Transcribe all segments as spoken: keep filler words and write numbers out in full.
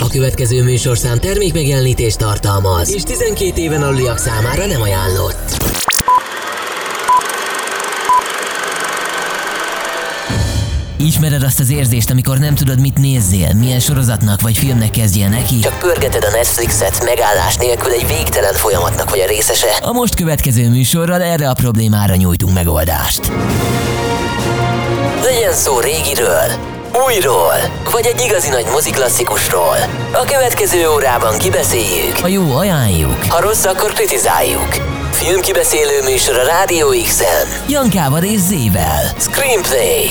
A következő műsorszám termékmegjelenítést tartalmaz, és tizenkét éven aluliak számára nem ajánlott. Ismered azt az érzést, amikor nem tudod, mit nézzél, milyen sorozatnak vagy filmnek kezdjél neki? Csak pörgeted a Netflixet megállás nélkül egy végtelen folyamatnak vagy a részese? A most következő műsorral erre a problémára nyújtunk megoldást. Legyen szó régiről, újról, vagy egy igazi nagy moziklasszikusról. A következő órában kibeszéljük. Ha jó, ajánljuk. Ha rossz, akkor kritizáljuk. Filmkibeszélő műsor a Rádió X-en. Jankával és Zével. Screenplay.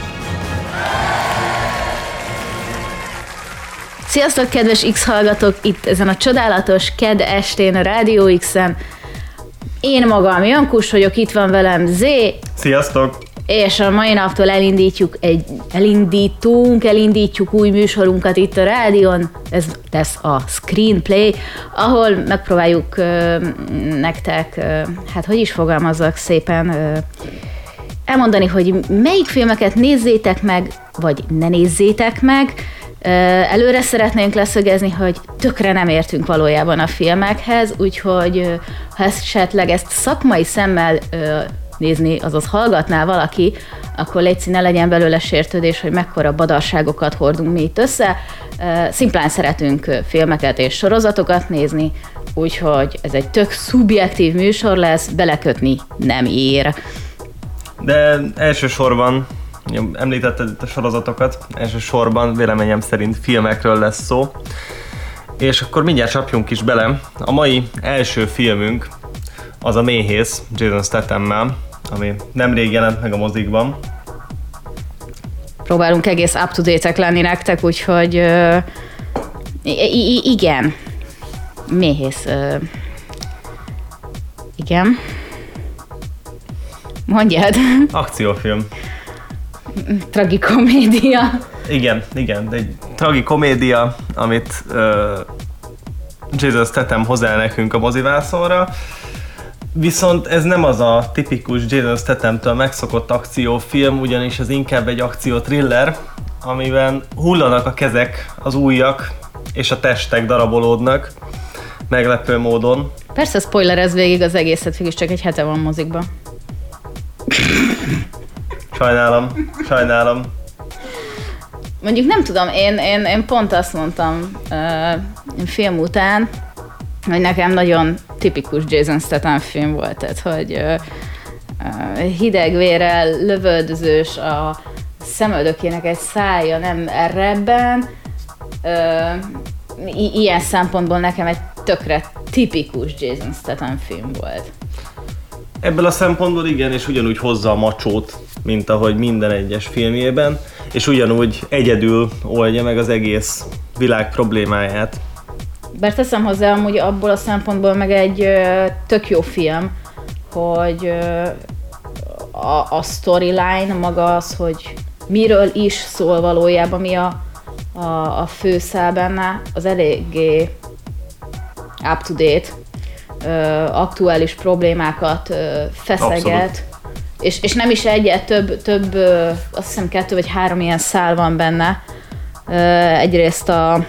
Sziasztok, kedves X-hallgatók! Itt ezen a csodálatos kedd estén a Rádió X-en. Én magam Jankus vagyok, itt van velem Zé. Sziasztok! És a mai naptól elindítjuk egy, elindítunk, elindítjuk új műsorunkat itt a rádión. Ez lesz a Screenplay, ahol megpróbáljuk uh, nektek, uh, hát hogy is fogalmazzak szépen, uh, elmondani, hogy melyik filmeket nézzétek meg, vagy ne nézzétek meg. Előre szeretnénk leszögezni, hogy tökre nem értünk valójában a filmekhez, úgyhogy ha esetleg ezt szakmai szemmel nézni, azaz hallgatná valaki, akkor légy ne legyen belőle sértődés, hogy mekkora badarságokat hordunk mi itt össze. Szimplán szeretünk filmeket és sorozatokat nézni, úgyhogy ez egy tök szubjektív műsor lesz, belekötni nem ér. De elsősorban, említetted itt a sorozatokat, elsősorban véleményem szerint filmekről lesz szó. És akkor mindjárt csapjunk is bele. A mai első filmünk az a Méhész, Jason Stathammel, ami nemrég jelent meg a mozikban. Próbálunk egész up-to-date-ek lenni nektek, úgyhogy uh, i- i- igen, Méhész. Uh, igen. Mondjad. Akciófilm. Tragikomédia. Igen, igen, de egy tragikomédia, amit uh, Jason Statham hoz el nekünk a mozivászonra. Viszont ez nem az a tipikus Jason Stathamtől megszokott akciófilm, ugyanis ez inkább egy akcióthriller, amiben hullanak a kezek, az ujjak és a testek darabolódnak meglepő módon. Persze spoilerez végig az egészet, végig csak egy hete van mozikban. Sajnálom, sajnálom. Mondjuk nem tudom, én, én, én pont azt mondtam uh, film után, hogy nekem nagyon tipikus Jason Statham film volt, tehát hogy uh, uh, hidegvérrel, lövöldözős, a szemöldökének egy szája nem errebben. Uh, i- ilyen szempontból nekem egy tökre tipikus Jason Statham film volt. Ebből a szempontból igen, és ugyanúgy hozza a macsót, mint ahogy minden egyes filmjében, és ugyanúgy egyedül oldja meg az egész világ problémáját. Bár teszem hozzá, amúgy abból a szempontból meg egy ö, tök jó film, hogy ö, a, a storyline maga az, hogy miről is szól valójában, mi a, a, a főszál benne, az eléggé up-to-date, ö, aktuális problémákat ö, feszeget. És, és nem is egyet, több, több ö, azt hiszem kettő vagy három ilyen szál van benne. Ö, egyrészt a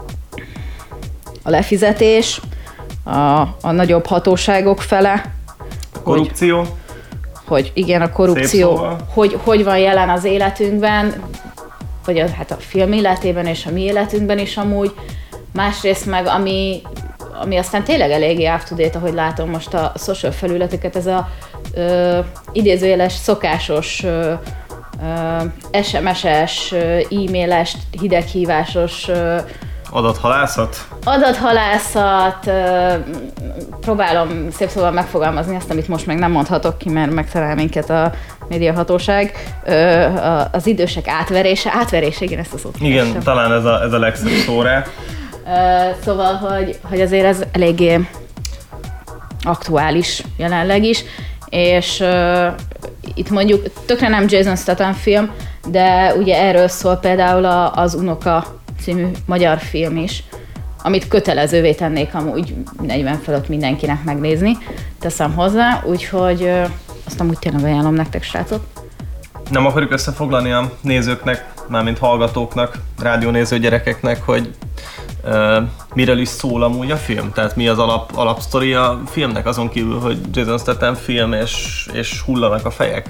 a lefizetés, a, a nagyobb hatóságok fele. A korrupció. Hogy, hogy igen, a korrupció, hogy, hogy van jelen az életünkben, vagy a, hát a film életében és a mi életünkben is amúgy. Másrészt meg, ami, ami aztán tényleg eléggé up-to-date, ahogy látom most a social felületeket, ez a ö, idézőjeles, szokásos ö, ö, es em es-es, e-mailes, hideghívásos ö, adathalászat? Adathalászat, próbálom szép szóval megfogalmazni azt, amit most meg nem mondhatok ki, mert megtalál minket a médiahatóság. Az idősek átverése, átverése, igen, ezt a szót igen, keresem. Talán ez a, ez a legszebb szó rá. Szóval, hogy, hogy azért ez eléggé aktuális jelenleg is, és uh, itt mondjuk tökre nem Jason Statham film, de ugye erről szól például a, az Unoka című magyar film is, amit kötelezővé tennék amúgy negyven fölött mindenkinek megnézni, teszem hozzá, úgyhogy ö, azt amúgy tényleg ajánlom nektek, srácok. Nem akarjuk összefoglalni a nézőknek, mármint hallgatóknak, rádiónéző gyerekeknek, hogy uh, miről is szól amúgy a film? Tehát mi az alap, alapsztori a filmnek, azon kívül, hogy Jason Statham film és, és hullanak a fejek?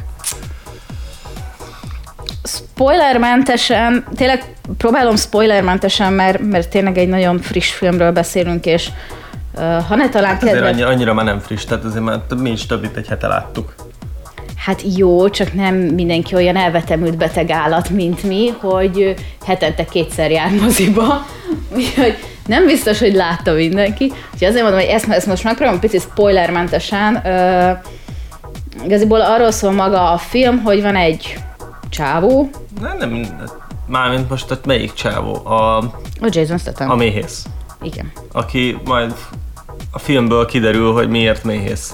Spoilermentesen, tényleg próbálom spoilermentesen, mert, mert tényleg egy nagyon friss filmről beszélünk, és uh, ha ne talán hát kedved... annyira, annyira már nem friss, tehát azért már mi is több, mint egy hete láttuk. Hát jó, csak nem mindenki olyan elvetemült beteg állat, mint mi, hogy hetente kétszer jár moziba, úgyhogy nem biztos, hogy látta mindenki. Úgyhogy azért mondom, hogy ezt, ezt most megpróbálom picit spoilermentesen. Uh, igaziból arról szól maga a film, hogy van egy csávó. Nem, nem, mármint most tehát melyik csávó? A, a Jason Statham. A méhész. Igen. Aki majd a filmből kiderül, hogy miért méhész.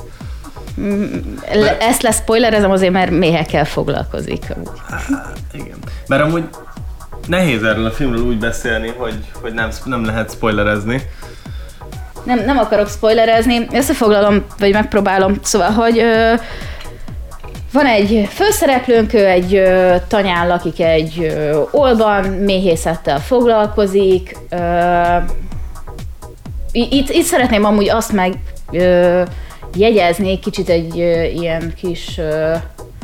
Le, ezt leszpoilerezem azért, mert méhekkel foglalkozik. Há, igen. Mert amúgy nehéz erről a filmről úgy beszélni, hogy, hogy nem, nem lehet spoilerezni. Nem, nem akarok spoilerezni, összefoglalom, vagy megpróbálom. Szóval, hogy ö, van egy főszereplőnk, ő egy ö, tanyán lakik egy ö, olban, méhészettel foglalkozik. Ö, itt, itt szeretném amúgy azt meg ö, jegyezni, kicsit egy ö, ilyen kis, ö,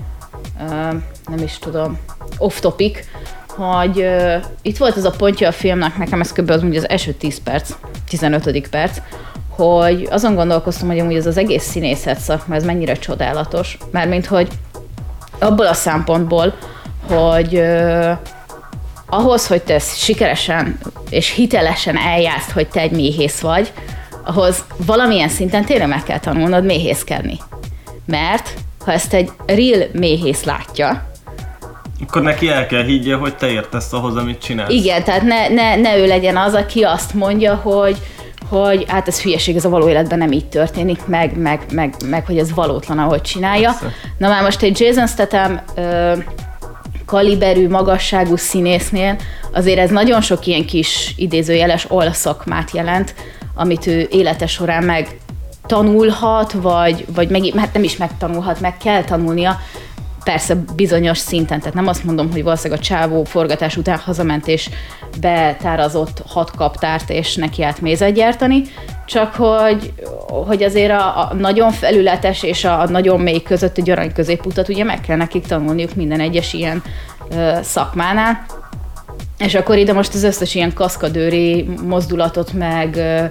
ö, nem is tudom, off-topic, hogy ö, itt volt az a pontja a filmnek, nekem ez kb. Az, az első tíz perc, tizenötödik perc, hogy azon gondolkoztam, hogy amúgy ez az egész színészet szakma, ez mennyire csodálatos. Mármint, hogy abból a szempontból, hogy ö, ahhoz, hogy te ezt sikeresen és hitelesen eljátszd, hogy te egy méhész vagy, ahhoz valamilyen szinten tényleg meg kell tanulnod méhészkedni. Mert ha ezt egy real méhész látja, akkor neki el kell higgye, hogy te értesz ahhoz, amit csinálsz. Igen, tehát ne, ne, ne ő legyen az, aki azt mondja, hogy, hogy hát ez hülyeség, ez a való életben nem így történik, meg, meg, meg, meg hogy ez valótlan, ahogy csinálja. Persze. Na már most egy Jason Statham ö, kaliberű, magasságú színésznél azért ez nagyon sok ilyen kis idézőjeles olszakmát jelent, amit ő élete során meg tanulhat, vagy, vagy meg, hát nem is megtanulhat, meg kell tanulnia, persze bizonyos szinten, tehát nem azt mondom, hogy valószínűleg a csávó forgatás után hazament és betárazott hat kaptárt és neki állt mézet gyártani, csak hogy, hogy azért a, a nagyon felületes és a, a nagyon mély között egy arany középutat ugye meg kell nekik tanulniuk minden egyes ilyen ö, szakmánál. És akkor ide most az összes ilyen kaszkadőri mozdulatot, meg ö,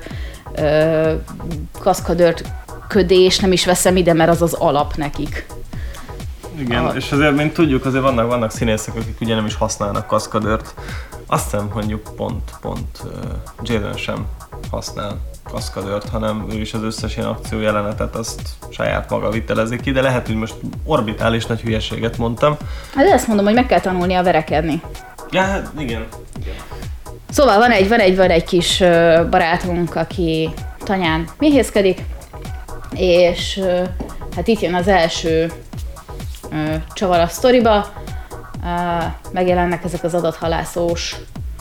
ö, kaszkadőrt ködés nem is veszem ide, mert az az alap nekik. Igen, a... és azért, mint tudjuk, azért vannak, vannak színészek, akik ugye nem is használnak kaszkadőrt. Azt hiszem, mondjuk pont, pont uh, Jason sem használ kaszkadőrt, hanem ő is az összes ilyen akció jelenetet azt saját maga vitelezik ki, de lehet, hogy most orbitális nagy hülyeséget mondtam. Hát ezt mondom, hogy meg kell tanulnia verekedni. Ja, hát igen. igen. Szóval van egy, van egy, van egy kis barátunk, aki tanyán méhészkedik, és hát itt jön az első csavar a sztoriba, megjelennek ezek az adathalászós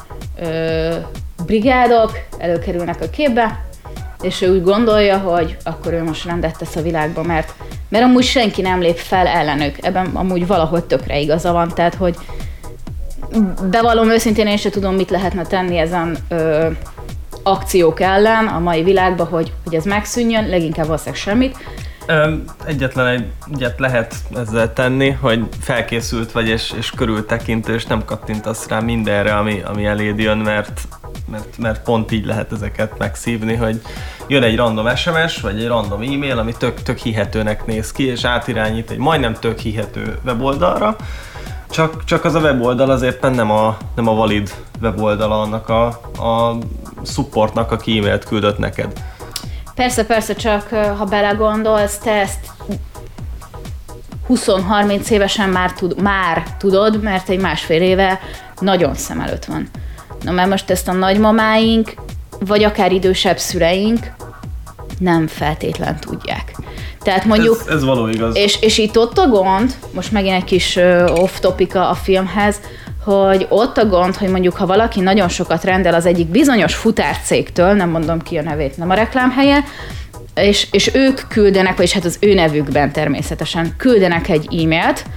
brigádok, előkerülnek a képbe, és ő úgy gondolja, hogy akkor ő most rendet tesz a világba, mert, mert amúgy senki nem lép fel ellenük. Ebben amúgy valahogy tökre igaza van, tehát hogy bevallom őszintén, én sem tudom, mit lehetne tenni ezen ö, akciók ellen a mai világban, hogy, hogy ez megszűnjön, leginkább valószínűleg semmit. Egyetlen egyet lehet ezzel tenni, hogy felkészült vagy és, és körültekintő, és nem kattintasz rá mindenre, ami, ami eléd jön, mert, mert, mert pont így lehet ezeket megszívni, hogy jön egy random es em es, vagy egy random e-mail, ami tök, tök hihetőnek néz ki, és átirányít egy majdnem tök hihető weboldalra, csak, csak az a weboldal az éppen nem a, nem a valid weboldala annak a, a supportnak, aki e-mailt küldött neked. Persze, persze, csak ha belegondolsz, te ezt húsz-harminc évesen már, tud, már tudod, mert egy másfél éve nagyon szem előtt van. Na mert most ezt a nagymamáink, vagy akár idősebb szüleink nem feltétlen tudják. Tehát mondjuk, ez, ez való igaz. És, és itt ott a gond, most megint egy kis off-topic a filmhez, hogy ott a gond, hogy mondjuk ha valaki nagyon sokat rendel az egyik bizonyos futárcégtől, nem mondom ki a nevét, nem a reklámhelye, és, és ők küldenek, vagyis hát az ő nevükben természetesen küldenek egy e-mailt,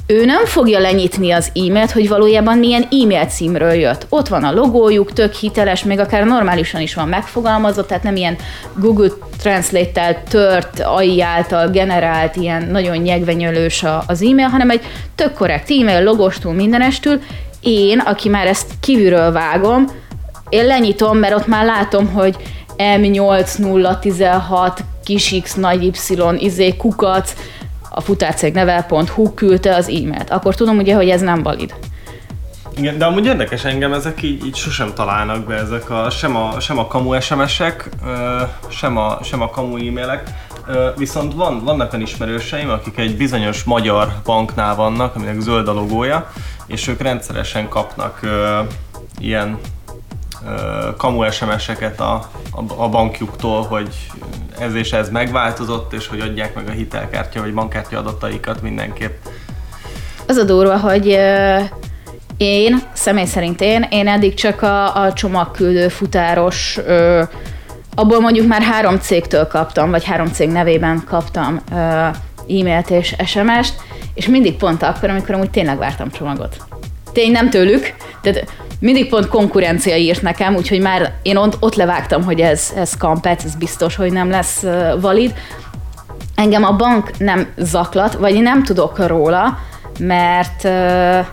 ő nem fogja lenyitni az e-mailt, hogy valójában milyen e-mail címről jött. Ott van a logójuk, tök hiteles, még akár normálisan is van megfogalmazott, tehát nem ilyen Google Translate-tel tört, á i által generált, ilyen nagyon nyegvenyölős az e-mail, hanem egy tök korrekt e-mail, logostól, mindenestül. Én, aki már ezt kívülről vágom, én lenyitom, mert ott már látom, hogy em nyolc nulla tizenhat kis x nagy y izé kukac, a futárcég neve pont hu küldte az e-mailt. Akkor tudom ugye, hogy ez nem valid. Igen, de amúgy érdekes engem, ezek így, így sosem találnak be, ezek a, sem, a, sem a kamu es em esek, sem a, sem a kamu e-mailek. Viszont van, vannak olyan ismerőseim, akik egy bizonyos magyar banknál vannak, aminek zöld a logója, és ők rendszeresen kapnak ö, ilyen ö, kamu es em eseket a, a, a bankjuktól, hogy ez és ez megváltozott, és hogy adják meg a hitelkártya vagy bankkártya adataikat mindenképp. Az a durva, hogy euh, én, személy szerint én, én eddig csak a, a csomagküldő futáros, euh, abból mondjuk már három cégtől kaptam, vagy három cég nevében kaptam euh, e-mailt és es em est, és mindig pont akkor, amikor amúgy tényleg vártam csomagot. Tény nem tőlük, de mindig pont konkurencia írt nekem, úgyhogy már én ott, ott levágtam, hogy ez, ez kampec, ez biztos, hogy nem lesz uh, valid. Engem a bank nem zaklat, vagy én nem tudok róla, mert, uh,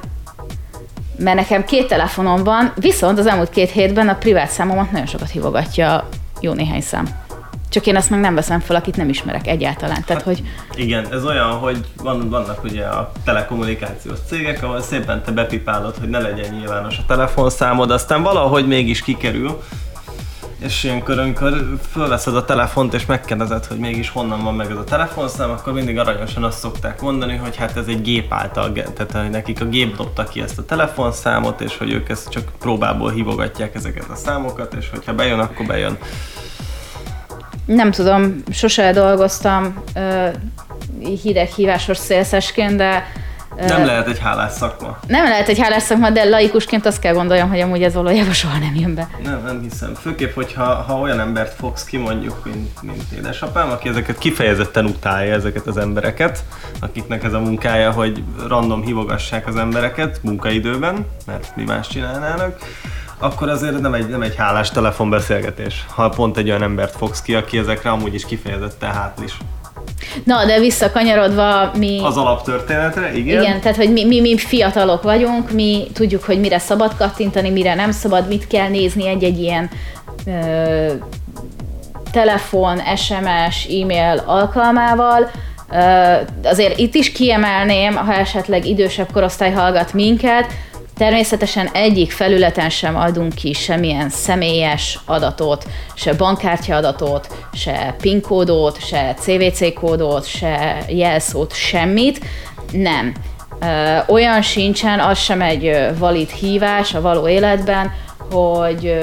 mert nekem két telefonom van, viszont az elmúlt két hétben a privát számomat nagyon sokat hívogatja jó néhány szám. Csak én azt meg nem veszem fel, akit nem ismerek egyáltalán. Tehát, hogy... Igen, ez olyan, hogy van, vannak ugye a telekommunikációs cégek, ahol szépen te bepipálod, hogy ne legyen nyilvános a telefonszámod, aztán valahogy mégis kikerül, és ilyenkor, amikor fölveszed a telefont és megkérdezed, hogy mégis honnan van meg ez a telefonszám, akkor mindig aranyosan azt szokták mondani, hogy hát ez egy gép által, tehát hogy nekik a gép dobta ki ezt a telefonszámot, és hogy ők ezt csak próbából hívogatják ezeket a számokat, és hogyha bejön, akkor bejön. Nem tudom, sose dolgoztam uh, hideghívásos szélszesként, de... Uh, nem lehet egy hálás szakma. Nem lehet egy hálás szakma, de laikusként azt kell gondoljam, hogy amúgy ez valójában soha nem jön be. Nem, nem hiszem. Főképp, hogyha ha olyan embert fogsz ki, mondjuk, mint, mint édesapám, aki ezeket kifejezetten utálja, ezeket az embereket, akiknek ez a munkája, hogy random hívogassák az embereket munkaidőben, mert mi más csinálnának, akkor azért nem egy, nem egy hálás telefonbeszélgetés, ha pont egy olyan embert fogsz ki, aki ezekre amúgy is kifejezetten hátlis. Na, de visszakanyarodva mi... Az alaptörténetre, igen. Igen, tehát hogy mi, mi, mi fiatalok vagyunk, mi tudjuk, hogy mire szabad kattintani, mire nem szabad, mit kell nézni egy-egy ilyen ö, telefon, es em es, e-mail alkalmával. Ö, azért itt is kiemelném, ha esetleg idősebb korosztály hallgat minket, természetesen egyik felületen sem adunk ki semmilyen személyes adatot, se bankkártya adatot, se PIN kódot, se cé vé cé kódot, se jelszót, semmit. Nem. Ö, olyan sincsen, az sem egy valid hívás a való életben, hogy,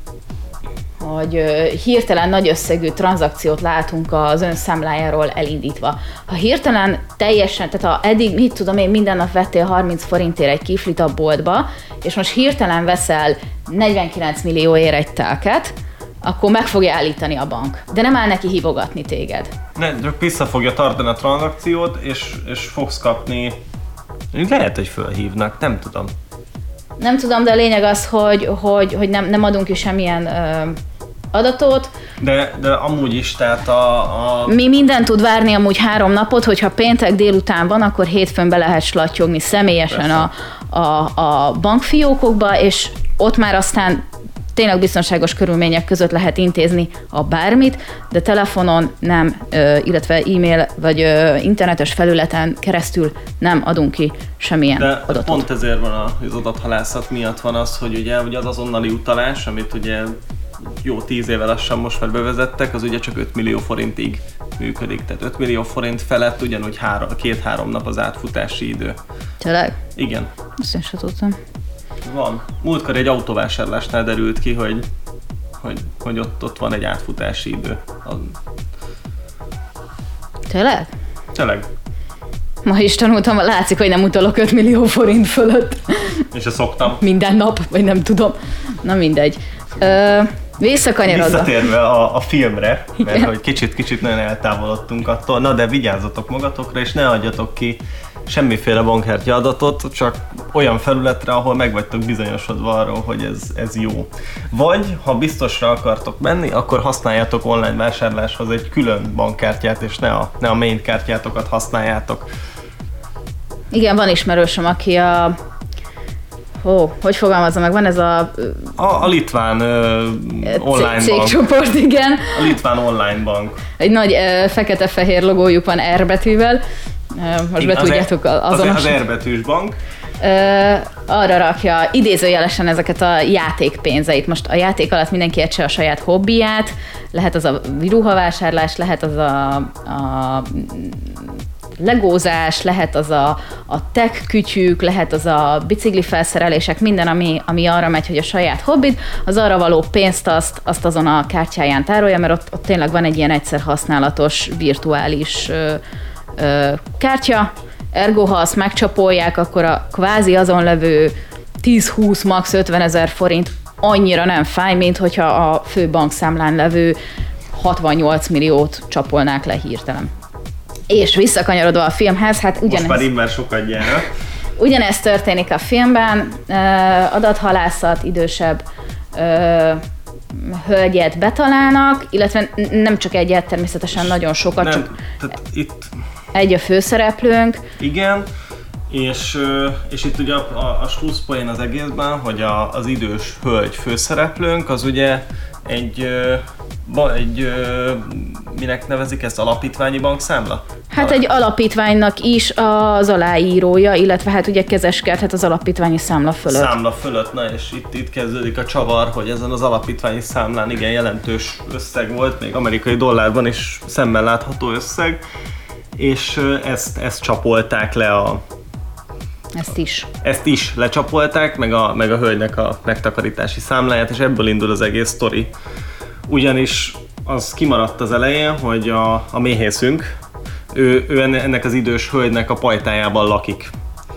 hogy hirtelen nagy összegű tranzakciót látunk az ön számlájáról elindítva. Ha hirtelen teljesen, tehát ha eddig, mit tudom én, minden nap vettél harminc forintért egy kiflit a boltba, és most hirtelen veszel negyvenkilenc millióért egy telket, akkor meg fogja állítani a bank. De nem áll neki hívogatni téged. Ne, csak vissza fogja tartani a tranzakciót, és, és fogsz kapni... Lehet, hogy fölhívnak, nem tudom. Nem tudom, de a lényeg az, hogy, hogy, hogy nem, nem adunk ki semmilyen ö, adatot. De, de amúgy is, tehát a, a... Mi minden tud várni amúgy három napot, hogyha péntek délután van, akkor hétfőn be lehet slattyogni személyesen a, a, a bankfiókokba, és ott már aztán tényleg biztonságos körülmények között lehet intézni a bármit, de telefonon nem, illetve e-mail vagy internetes felületen keresztül nem adunk ki semmilyen de adatot. Pont ezért van az adathalászat miatt van az, hogy ugye, ugye az azonnali utalás, amit ugye jó tíz éve lassan most már bevezettek, az ugye csak öt millió forintig működik. Tehát öt millió forint felett ugyanúgy három, két-három nap az átfutási idő. Tényleg? Igen. Azt én sem tudtam. Van. Múltkor egy autóvásárlásnál derült ki, hogy, hogy, hogy ott, ott van egy átfutási idő. Tényleg? Tényleg. Ma is tanultam, látszik, hogy nem utalok öt millió forint fölött. És ezt szoktam. Minden nap, vagy nem tudom. Na mindegy. Ö, visszakanyarodva. Visszatérve a, a filmre, mert hogy kicsit-kicsit nagyon eltávolodtunk attól, na de vigyázzatok magatokra, és ne adjatok ki semmiféle bankkártya adatot, csak olyan felületre, ahol meg vagytok bizonyosodva arról, hogy ez, ez jó. Vagy, ha biztosra akartok menni, akkor használjátok online vásárláshoz egy külön bankkártyát, és ne a, ne a main kártyátokat használjátok. Igen, van ismerősöm, aki a... Ó, hogy fogalmazza meg, van ez a... A, a litván uh, online cégcsoport, bank. igen. A litván online bank. Egy nagy uh, fekete-fehér logójuk van R betűvel. Uh, most be tudjátok azonosítani. Az, az R betűs bank. Uh, arra rakja idézőjelesen ezeket a játékpénzeit. Most a játék alatt mindenki értse a saját hobbiját, lehet az a ruhavásárlás, lehet az a, a legózás, lehet az a, a tech kütyük, lehet az a bicikli felszerelések, minden, ami, ami arra megy, hogy a saját hobbid, az arra való pénzt azt, azt azon a kártyáján tárolja, mert ott, ott tényleg van egy ilyen egyszer használatos virtuális ö, ö, kártya, ergo ha azt megcsapolják, akkor a kvázi azon levő tíz-húsz, max. ötven ezer forint annyira nem fáj, mint hogyha a fő bankszámlán levő hatvannyolc milliót csapolnák le hirtelen. És visszakanyarodva a filmhez, hát ugyanez... Most már immár sokat gyára. Ugyanezt történik a filmben, adathalászat, idősebb ö, hölgyet betalálnak, illetve nem csak egyet, természetesen nagyon sokat, nem, csak tehát itt... egy a főszereplőnk. Igen, és, és itt ugye a, a, a slusszpoén az egészben, hogy a, az idős hölgy főszereplőnk, az ugye egy, egy minek nevezik ezt, alapítványi bankszámla? Hát egy alapítványnak is az aláírója, illetve hát ugye kezeskedhet az alapítványi számla fölött. Számla fölött, na és itt, itt kezdődik a csavar, hogy ezen az alapítványi számlán igen jelentős összeg volt, még amerikai dollárban is szemmel látható összeg, és ezt, ezt csapolták le a... Ezt is. Ezt is lecsapolták, meg a, meg a hölgynek a megtakarítási számláját, és ebből indul az egész sztori. Ugyanis az kimaradt az elején, hogy a, a méhészünk, ő, ő ennek az idős hölgynek a pajtájában lakik.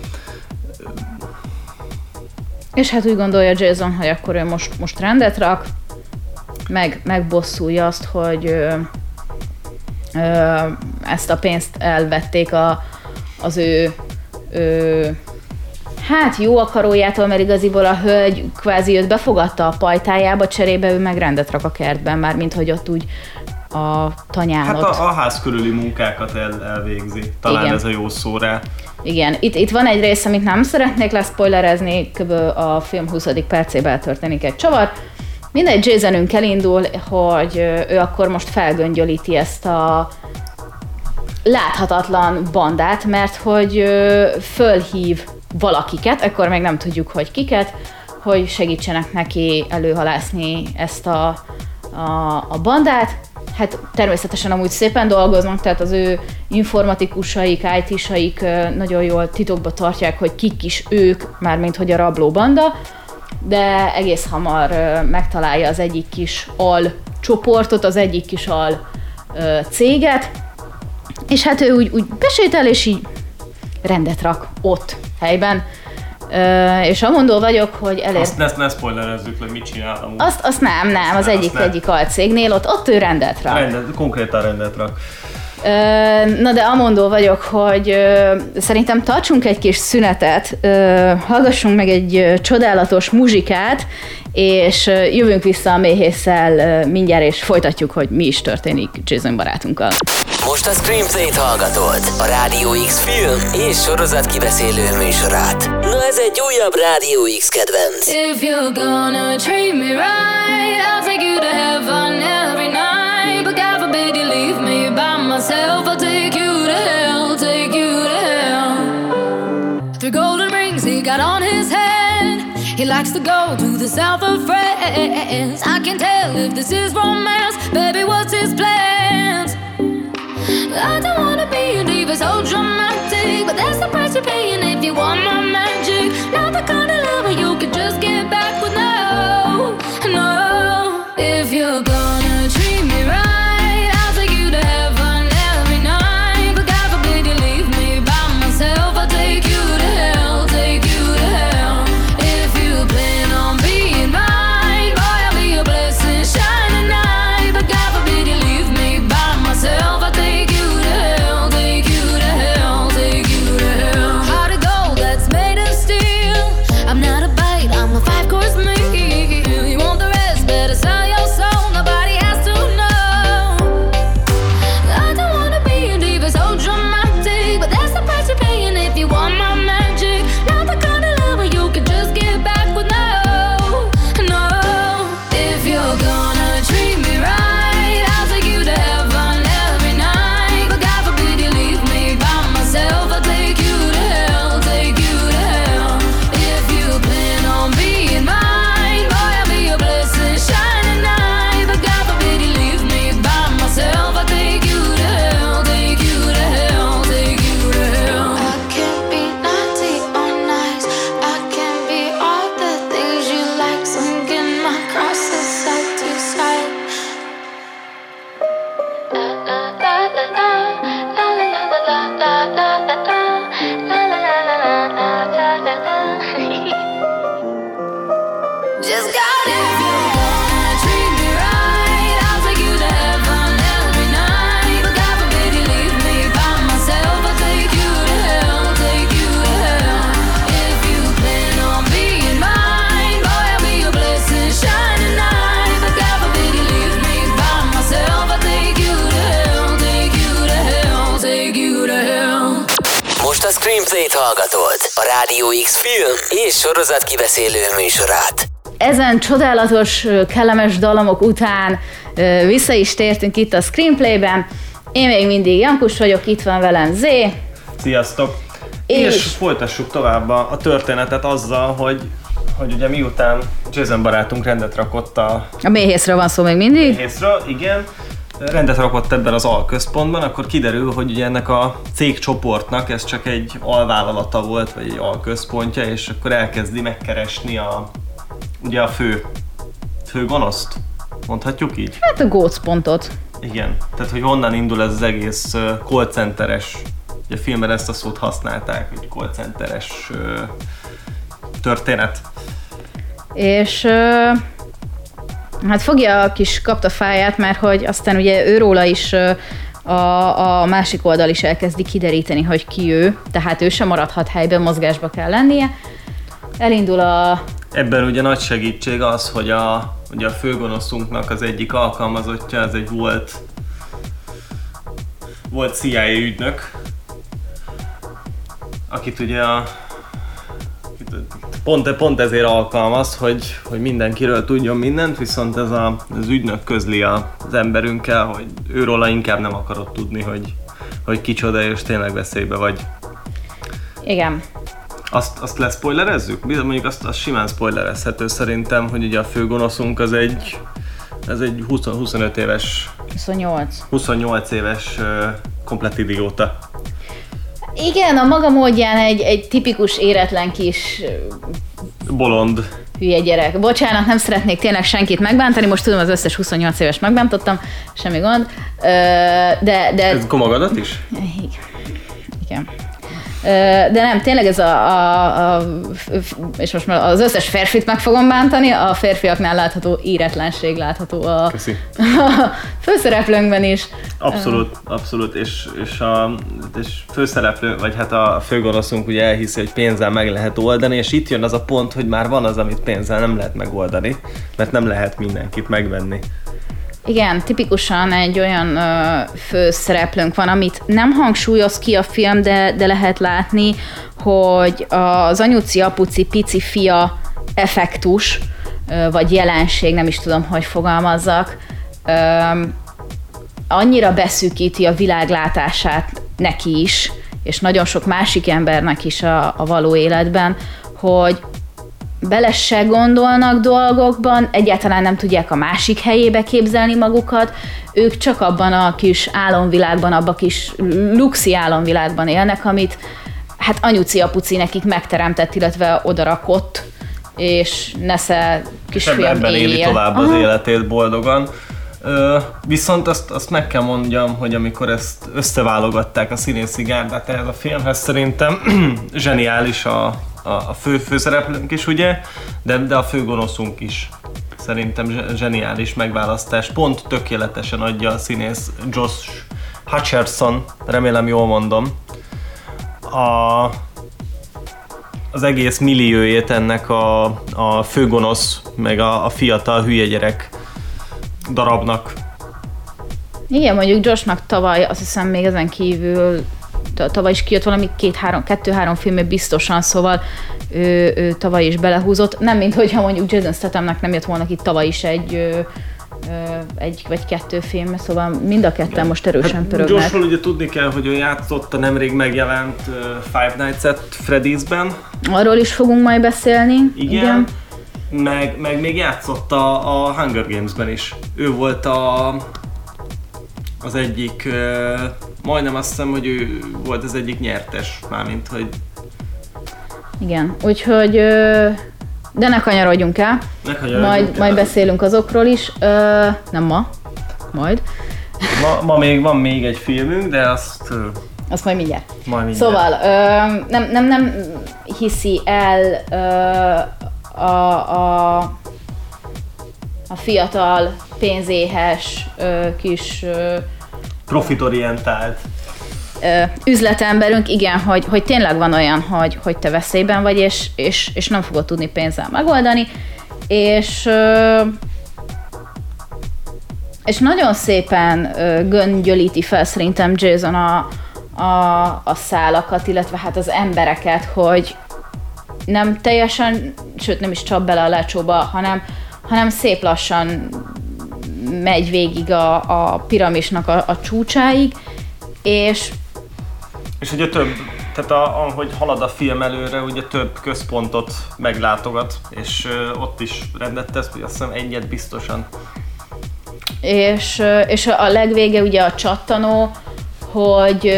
És hát úgy gondolja Jason, hogy akkor ő most, most rendet rak, meg, megbosszulja azt, hogy ö, ö, ezt a pénzt elvették a, az ő Ö, hát jó akarójától, mert igaziból a hölgy kvázi őt befogadta a pajtájába, cserébe ő meg rendet rak a kertben, már mint hogy ott úgy a tanyán Hát ott. a, a ház körüli munkákat el, elvégzi, talán igen. Ez a jó szó rá. Igen, itt, itt van egy rész, amit nem szeretnék leszpoilerezni, kb. A film huszadik percében történik egy csavar. Mindegy, Jasonünk elindul, hogy ő akkor most felgöngyölíti ezt a láthatatlan bandát, mert hogy fölhív valakiket, akkor még nem tudjuk, hogy kiket, hogy segítsenek neki előhalászni ezt a, a, a bandát. Hát természetesen amúgy szépen dolgoznak, tehát az ő informatikusaik, í té-saik nagyon jól titokba tartják, hogy kik is ők, mármint hogy a rabló banda, de egész hamar megtalálja az egyik kis al csoportot, az egyik kis al céget, és hát ő úgy, úgy besétel, és így rendet rak ott, helyben. Ö, és amondó vagyok, hogy elér... Azt ne, ne spoilerezzük le, mit csinál amúgy. Azt, azt nem, nem, az ne, egyik, egyik alcégnél, ott, ott ő rendet rak. Rendet, konkrétan rendet rak. Ö, na de amondó vagyok, hogy ö, szerintem tartsunk egy kis szünetet, ö, hallgassunk meg egy ö, csodálatos muzsikát, és ö, jövünk vissza a méhésszel ö, mindjárt, és folytatjuk, hogy mi is történik Jason barátunkkal. Most a Screenplay-t hallgatod, a Rádió X film és sorozat kibeszélő műsorát. Na ez egy újabb Rádió X kedvenc. If you're gonna treat me right, I'll take you to heaven every night. But God forbid you leave me by myself, I'll take you to hell, take you to hell. Three golden rings he got on his head. He likes to go to the south of France. I can tell if this is romance, baby, what's his plans? I don't wanna be a diva, so dramatic, but that's the price you're paying if you want my magic. Not the kind of lover you could just get back with, no, no. If you're gonna treat me right, I'll take you to heaven every night. But God forbid you leave me by myself, I'll take you to hell, take you to hell. If you plan on being mine, boy, I'll be hallgatod, a Rádió X film és sorozat kibeszélő műsorát. Ezen csodálatos, kellemes dallamok után vissza is tértünk itt a Screenplay-ben. Én még mindig Jankus vagyok, itt van velem Zé. Sziasztok! És, és folytassuk tovább a, a történetet azzal, hogy, hogy ugye miután Jason barátunk rendet rakott a... A méhészről van szó még mindig? Méhészről, igen. Rendet rakott ebben az alközpontban, akkor kiderül, hogy ugye ennek a cégcsoportnak ez csak egy alvállalata volt, vagy egy alközpontja, és akkor elkezdi megkeresni a, ugye a fő, fő gonoszt, mondhatjuk így? Hát a gócpontot. Igen, tehát hogy honnan indul ez az egész call centeres, ugye a filmben ezt a szót használták, hogy call centeres történet. És ö, hát fogja a kis kaptafáját, mert hogy aztán ugye őróla is ö, a, a másik oldal is elkezdi kideríteni, hogy ki ő, tehát ő sem maradhat helyben, mozgásba kell lennie. Elindul a... Ebben ugye nagy segítség az, hogy a, ugye a főgonoszunknak az egyik alkalmazottja, az egy volt, volt C I A ügynök, akit ugye a, pont, pont ezért alkalmaz, hogy, hogy mindenkiről tudjon mindent, viszont ez a, az ügynök közli az emberünkkel, hogy őróla inkább nem akarod tudni, hogy, hogy kicsoda és tényleg veszélybe vagy. Igen. Azt, azt leszpoilerezzük? Mondjuk azt, azt simán spoilerezhető szerintem, hogy ugye a főgonoszunk az egy, ez egy húsz, huszonöt éves, huszonnyolc. huszonnyolc éves uh, komplett idióta. Igen, a maga módján egy, egy tipikus éretlen kis bolond. Hülye gyerek. Bocsánat, nem szeretnék tényleg senkit megbántani, most tudom, az összes huszonnyolc éves megbántottam, semmi gond. De, de... Ez magadat is? Igen. Igen. De nem, tényleg ez a, a, a, és most már az összes férfit meg fogom bántani, a férfiaknál látható éretlenség látható a, a főszereplőnkben is. Abszolút, abszolút, és, és a és főszereplő, vagy hát a főgonoszunk ugye elhiszi, hogy pénzzel meg lehet oldani, és itt jön az a pont, hogy már van az, amit pénzzel nem lehet megoldani, mert nem lehet mindenkit megvenni. Igen, tipikusan egy olyan ö, főszereplőnk van, amit nem hangsúlyoz ki a film, de, de lehet látni, hogy az anyuci, apuci, pici fia effektus, ö, vagy jelenség, nem is tudom, hogy fogalmazzak, ö, annyira beszűkíti a világlátását neki is, és nagyon sok másik embernek is a, a való életben, hogy bele se gondolnak dolgokban, egyáltalán nem tudják a másik helyébe képzelni magukat, ők csak abban a kis álomvilágban, abban a kis luxi álomvilágban élnek, amit hát anyuci, apuci nekik megteremtett, illetve odarakott, és nesze kisfiam ebben éli éljél. tovább az Aha. életét boldogan. Ö, viszont azt, azt meg kell mondjam, hogy amikor ezt összeválogatták a színészi gárdát ehhez a filmhez, szerintem zseniális a a fő főszereplőnk is, ugye, de, de a főgonoszunk is. Szerintem zseniális megválasztás. Pont tökéletesen adja a színész Josh Hutcherson, remélem jól mondom, a, az egész milliójét ennek a, a főgonosz, meg a, a fiatal hülye gyerek darabnak. Igen, mondjuk Joshnak tavaly, azt hiszem még ezen kívül tavaly is kijött valami két-három, kettő-három filmje biztosan, szóval ő, ő tavaly is belehúzott. Nem, mint hogyha mondjuk Jason Stathamnek nem jött volna ki tavaly is egy, ö, ö, egy vagy kettő film, szóval mind a ketten most erősen hát pörögnek. Joshról ugye tudni kell, hogy ő játszott a nemrég megjelent uh, Five Nights at Freddy's-ben. Arról is fogunk majd beszélni. Igen. Igen. Meg, meg még játszott a, a Hunger Games-ben is. Ő volt a, az egyik... Uh, majdnem azt hiszem, hogy ő volt az egyik nyertes, mármint, hogy... Igen, úgyhogy... De ne kanyarodjunk el. Ne kanyarodjunk majd, el. majd beszélünk azokról is. Nem ma, majd. Ma, ma még van még egy filmünk, de azt... Azt majd mindjárt. Majd mindjárt. Szóval nem, nem, nem hiszi el a, a, a fiatal, pénzéhes kis... profitorientált üzletemberünk, igen, hogy, hogy tényleg van olyan, hogy, hogy te veszélyben vagy, és, és, és nem fogod tudni pénzzel megoldani, és, és nagyon szépen göngyölíti fel szerintem Jason a, a, a szálakat, illetve hát az embereket, hogy nem teljesen, sőt nem is csap bele a lecsóba, hanem, hanem szép lassan megy végig a, a piramisnak a, a csúcsáig, és... És ugye több, tehát a, ahogy halad a film előre, ugye több központot meglátogat, és uh, ott is rendet tesz, azt hiszem egyet biztosan. És, és a legvége ugye a csattanó, hogy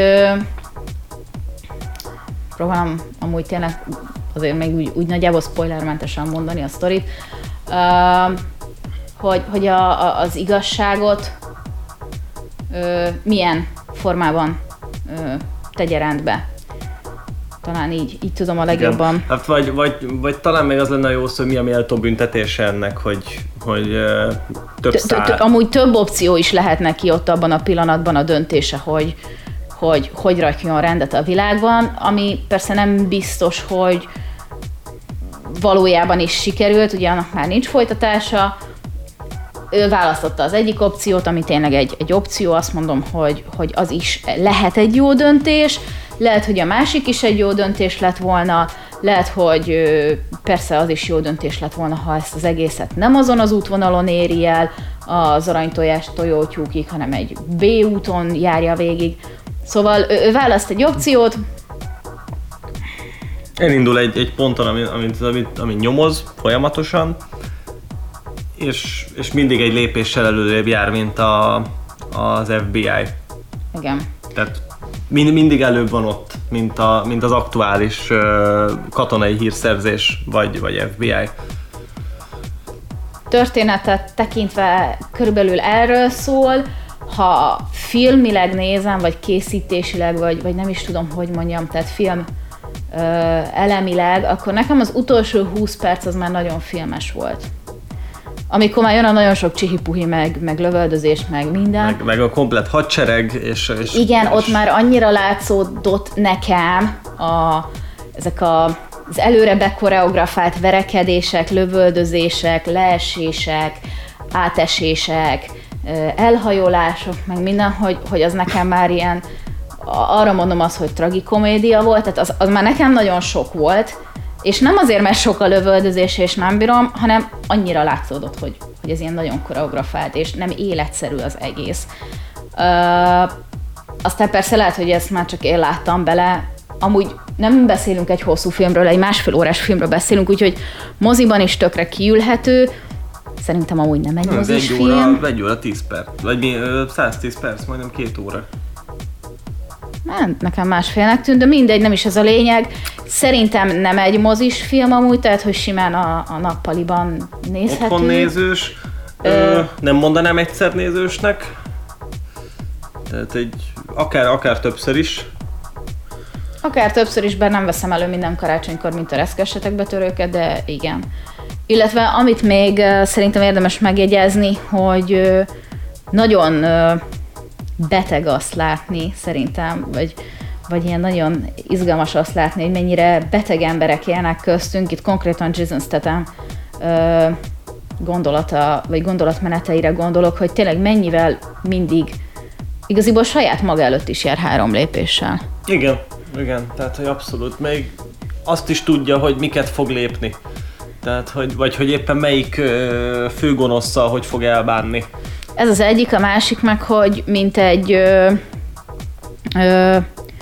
próbálom amúgy tényleg azért még úgy, úgy nagyjából spoilermentesen mondani a sztorit, uh, hogy, hogy a, a, az igazságot uh, milyen formában uh, tegye rendbe. Talán így, így tudom a legjobban. Hát vagy, vagy, vagy talán még az lenne a jó szó, hogy mi a méltó büntetése ennek, hogy, hogy uh, több szál. Amúgy több opció is lehet neki ott abban a pillanatban a döntése, hogy hogy, hogy rakjon rendet a világban, ami persze nem biztos, hogy valójában is sikerült, ugye annak már nincs folytatása. Ő választotta az egyik opciót, ami tényleg egy, egy opció, azt mondom, hogy, hogy az is lehet egy jó döntés, lehet, hogy a másik is egy jó döntés lett volna, lehet, hogy persze az is jó döntés lett volna, ha ezt az egészet nem azon az útvonalon éri el az aranytojás tojótyúkig, hanem egy B úton járja végig. Szóval ő, ő választ egy opciót. Elindul egy, egy ponton, amit, amit, amit, amit nyomoz folyamatosan, és, és mindig egy lépéssel előrébb jár, mint a, az ef bé i. Igen. Tehát mind, mindig előbb van ott, mint, a, mint az aktuális uh, katonai hírszerzés, vagy, vagy ef bé i. Történetet tekintve körülbelül erről szól. Ha filmileg nézem, vagy készítésileg, vagy, vagy nem is tudom, hogy mondjam, tehát film ö, elemileg, akkor nekem az utolsó húsz perc az már nagyon filmes volt. Amikor már jön a nagyon sok csihipuhi, meg, meg lövöldözés, meg minden. Meg, meg a komplet hadsereg, és... és igen, és... ott már annyira látszódott nekem a, ezek a, az előre bekoreografált verekedések, lövöldözések, leesések, átesések, elhajolások, meg minden, hogy, hogy az nekem már ilyen, arra mondom azt, hogy tragikomédia volt, tehát az, az már nekem nagyon sok volt, és nem azért, mert sok a lövöldözés és nem bírom, hanem annyira látszódott, hogy, hogy ez ilyen nagyon koreografált, és nem életszerű az egész. Uh, aztán persze lehet, hogy ezt már csak én láttam bele, amúgy nem beszélünk egy hosszú filmről, egy másfél órás filmről beszélünk, úgyhogy moziban is tökre kiülhető. Szerintem amúgy nem egy nem, mozis egy film. Óra, egy óra tíz perc, vagy mi, száztíz perc, majdnem két óra. Nem, nekem másfélnek tűnt, de mindegy, nem is ez a lényeg. Szerintem nem egy mozis film amúgy, tehát hogy simán a, a nappaliban nézhető. Otthon nézős, ö... Ö, nem mondanám egyszer nézősnek, tehát egy, akár, akár többször is. Akár többször is, bár nem veszem elő minden karácsonykor, mint a reszkessetek betörőket, de igen. Illetve amit még uh, szerintem érdemes megjegyezni, hogy uh, nagyon uh, beteg azt látni szerintem, vagy, vagy ilyen nagyon izgalmas azt látni, hogy mennyire beteg emberek élnek köztünk. Itt konkrétan Jason Statham uh, gondolata, vagy gondolatmeneteire gondolok, hogy tényleg mennyivel mindig igaziból saját maga előtt is jár három lépéssel. Igen, igen, tehát hogy abszolút, még azt is tudja, hogy miket fog lépni. Tehát, hogy, vagy hogy éppen melyik ö, főgonosszal hogy fog elbánni. Ez az egyik, a másik meg, hogy mint egy ö, ö,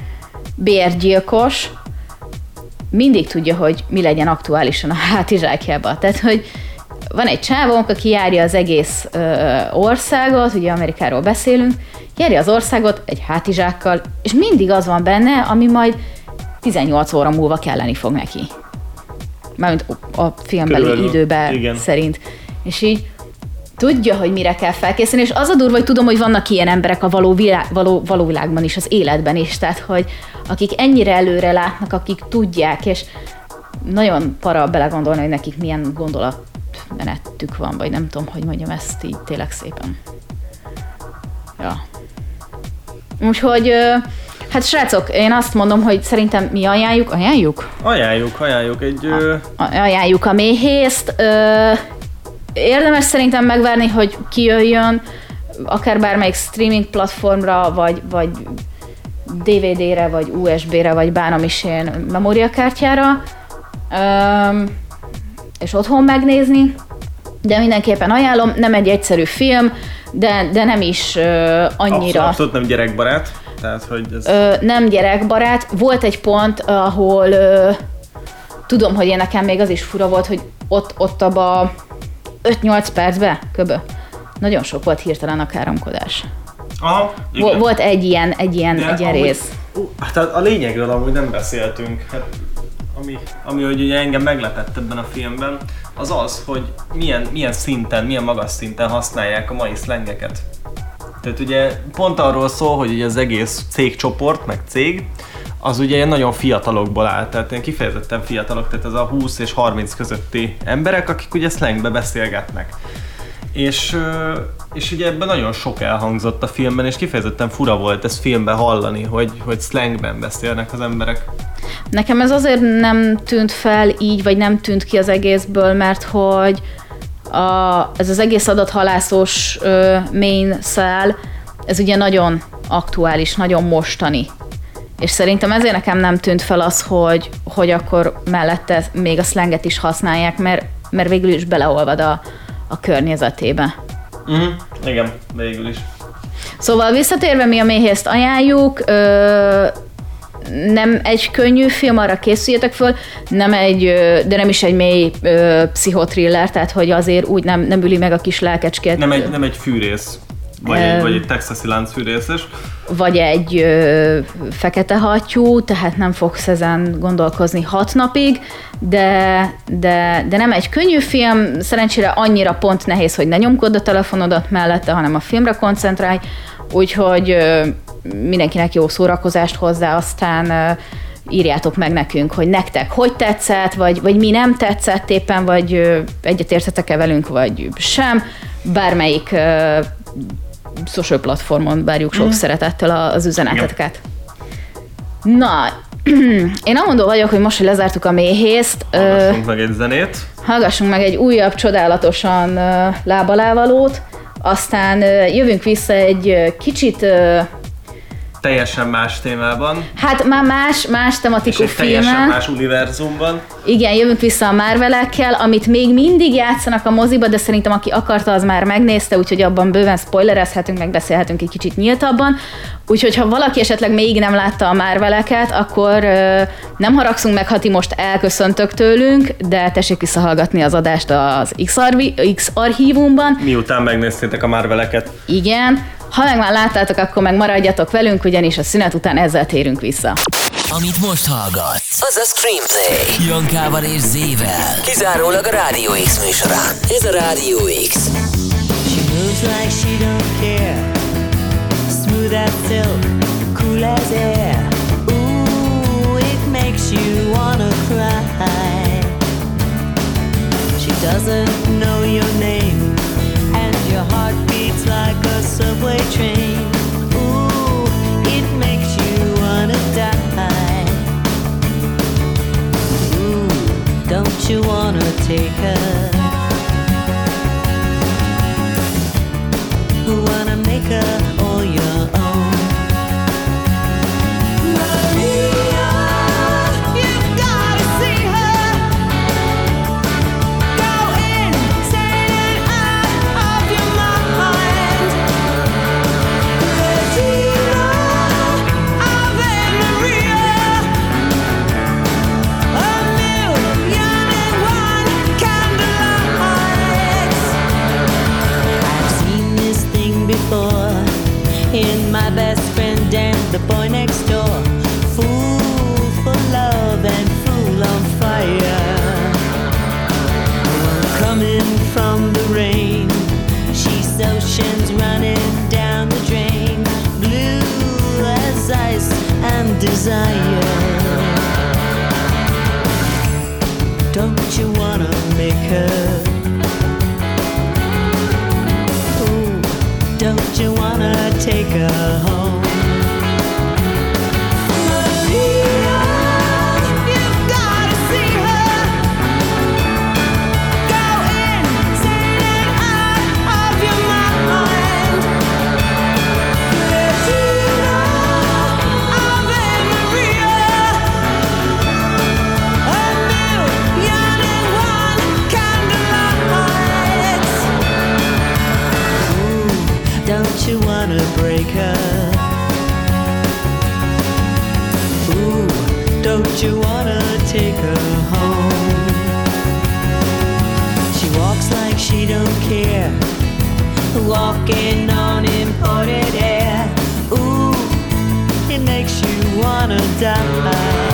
bérgyilkos, mindig tudja, hogy mi legyen aktuálisan a hátizsákjában. Tehát, hogy van egy csávónk, aki járja az egész ö, országot, ugye Amerikáról beszélünk, járja az országot egy hátizsákkal, és mindig az van benne, ami majd tizennyolc óra múlva kelleni fog neki. Mármint a filmbeli Körülbelül. időben Igen. szerint. És így tudja, hogy mire kell felkészülni, és az a durva, hogy tudom, hogy vannak ilyen emberek a való, világ, való, való világban is, az életben is, tehát, hogy akik ennyire előre látnak, akik tudják, és nagyon para belegondolni, hogy nekik milyen gondolatmenetük van, vagy nem tudom, hogy mondjam ezt így tényleg szépen. Ja. Úgyhogy, hát srácok, én azt mondom, hogy szerintem mi ajánljuk, ajánljuk? Ajánljuk, ajánljuk egy... Ö... Ajánljuk a méhészt. Érdemes szerintem megvárni, hogy kijöjjön, akár bármelyik streaming platformra, vagy, vagy dé vé dére, vagy u es bé-re, vagy bánom is én memóriakártyára, um, és otthon megnézni, de mindenképpen ajánlom, nem egy egyszerű film, de, de nem is uh, annyira... Abszolút, abszolút nem gyerekbarát. Tehát, hogy ez... Ö, nem gyerekbarát. Volt egy pont, ahol ö, tudom, hogy én nekem még az is fura volt, hogy ott, ott abba öt-nyolc percbe köbö. Nagyon sok volt hirtelen a káromkodás. Aha, igen. Volt egy ilyen, egy ilyen, egy ilyen amúgy, rész. Ú, hát a lényegről amúgy nem beszéltünk. Hát, ami, ami hogy ugye engem meglepett ebben a filmben, az az, hogy milyen, milyen szinten, milyen magas szinten használják a mai szlengeket. Tehát ugye pont arról szól, hogy ugye az egész cégcsoport, meg cég, az ugye nagyon fiatalokból áll, tehát ilyen kifejezetten fiatalok, tehát ez a húsz és harminc közötti emberek, akik ugye szlengbe beszélgetnek. És, és ugye ebben nagyon sok elhangzott a filmben, és kifejezetten fura volt ezt filmben hallani, hogy, hogy szlengben beszélnek az emberek. Nekem ez azért nem tűnt fel így, vagy nem tűnt ki az egészből, mert hogy a, ez az egész adathalászós ö, main szál, ez ugye nagyon aktuális, nagyon mostani. És szerintem ezért nekem nem tűnt fel az, hogy, hogy akkor mellette még a szlenget is használják, mert, mert végül is beleolvad a, a környezetébe. Uh-huh. Igen, végül is. Szóval visszatérve, mi a méhészt ajánljuk, ö, nem egy könnyű film, arra készüljetek föl, nem egy, de nem is egy mély ö, pszichotriller, tehát hogy azért úgy nem, nem üli meg a kis lelkecskét. Nem egy, nem egy fűrész, vagy, egy, vagy egy texasi láncfűrészes. Vagy egy ö, fekete hattyú, tehát nem fogsz ezen gondolkozni hat napig, de, de, de nem egy könnyű film, szerencsére annyira pont nehéz, hogy ne nyomkodd a telefonodat mellette, hanem a filmre koncentrálj, úgyhogy ö, mindenkinek jó szórakozást hozzá, aztán uh, írjátok meg nekünk, hogy nektek hogy tetszett, vagy, vagy mi nem tetszett éppen, vagy uh, egyetértetek-e velünk, vagy sem. Bármelyik uh, social platformon várjuk sok mm. szeretettel az üzeneteket. Na, én amondó vagyok, hogy most, hogy lezártuk a méhészt. Hallgassunk uh, meg egy zenét. Hallgassunk meg egy újabb, csodálatosan uh, lábalávalót, aztán uh, jövünk vissza egy uh, kicsit uh, teljesen más témában. Hát már más, más tematikus és egy filmen. teljesen más univerzumban. Igen, jövünk vissza a Marvelekkel, amit még mindig játszanak a moziba, de szerintem aki akarta, az már megnézte, úgyhogy abban bőven spoilerezhetünk, meg beszélhetünk egy kicsit nyíltabban. Úgyhogy ha valaki esetleg még nem látta a Marveleket, akkor ö, nem haragszunk meg, ha ti most elköszöntök tőlünk, de tessék visszahallgatni az adást az X-archívumban. Miután megnéztétek a Marveleket. Igen. Ha meg már láttátok, akkor meg maradjatok velünk, ugyanis a szünet után ezzel térünk vissza. Amit most hallgatsz, az a Screenplay. Jankával és Zével. Kizárólag a Rádió X műsorán. Ez a Rádió X. She moves like she don't care. Smooth as silk, cool as air. Ooh, it makes you wanna cry. She doesn't know your name, and your heart beats like a subway train. Ooh, it makes you wanna die. Ooh, don't you wanna take her? Wanna make her all your own. Maria, you've gotta see her. Go insane and out of your mind. Regina Ave Maria. A million and one candlelights. I've seen this thing before in my best friend and the boy next door. Fool for love and fool on fire. Coming from the rain, she's oceans running down the drain. Blue as ice and desire. Don't you wanna make her? Ooh, don't you wanna take her home? Maria, you've gotta see her. Go insane and out of your mind. Regina heartbreaker. Ooh, don't you wanna take her home? She walks like she don't care, walking on imported air. Ooh, it makes you wanna die.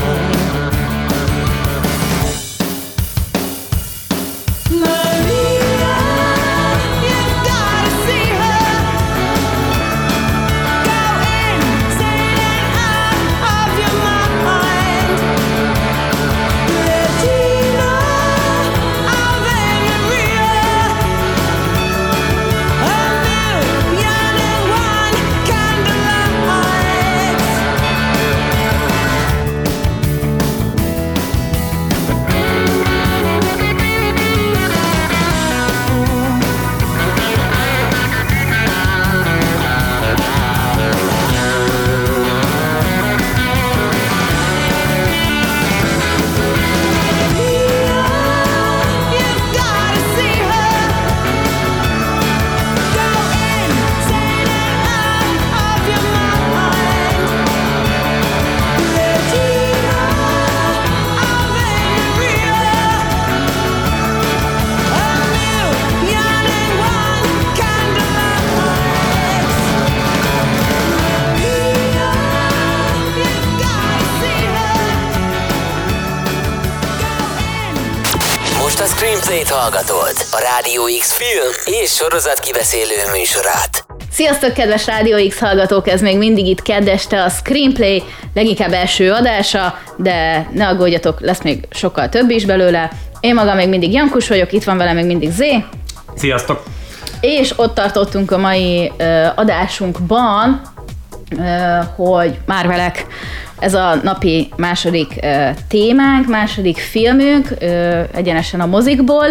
Screenplay-t hallgatod, a Rádió X film és sorozat kibeszélő műsorát. Sziasztok, kedves Rádió X hallgatók! Ez még mindig itt kedd este a Screenplay leginkább első adása, de ne aggódjatok, lesz még sokkal több is belőle. Én magam még mindig Jankus vagyok, itt van velem még mindig Zé. Sziasztok! És ott tartottunk a mai uh, adásunkban, uh, hogy Marvelek. Ez a napi második uh, témánk, második filmünk, uh, egyenesen a mozikból.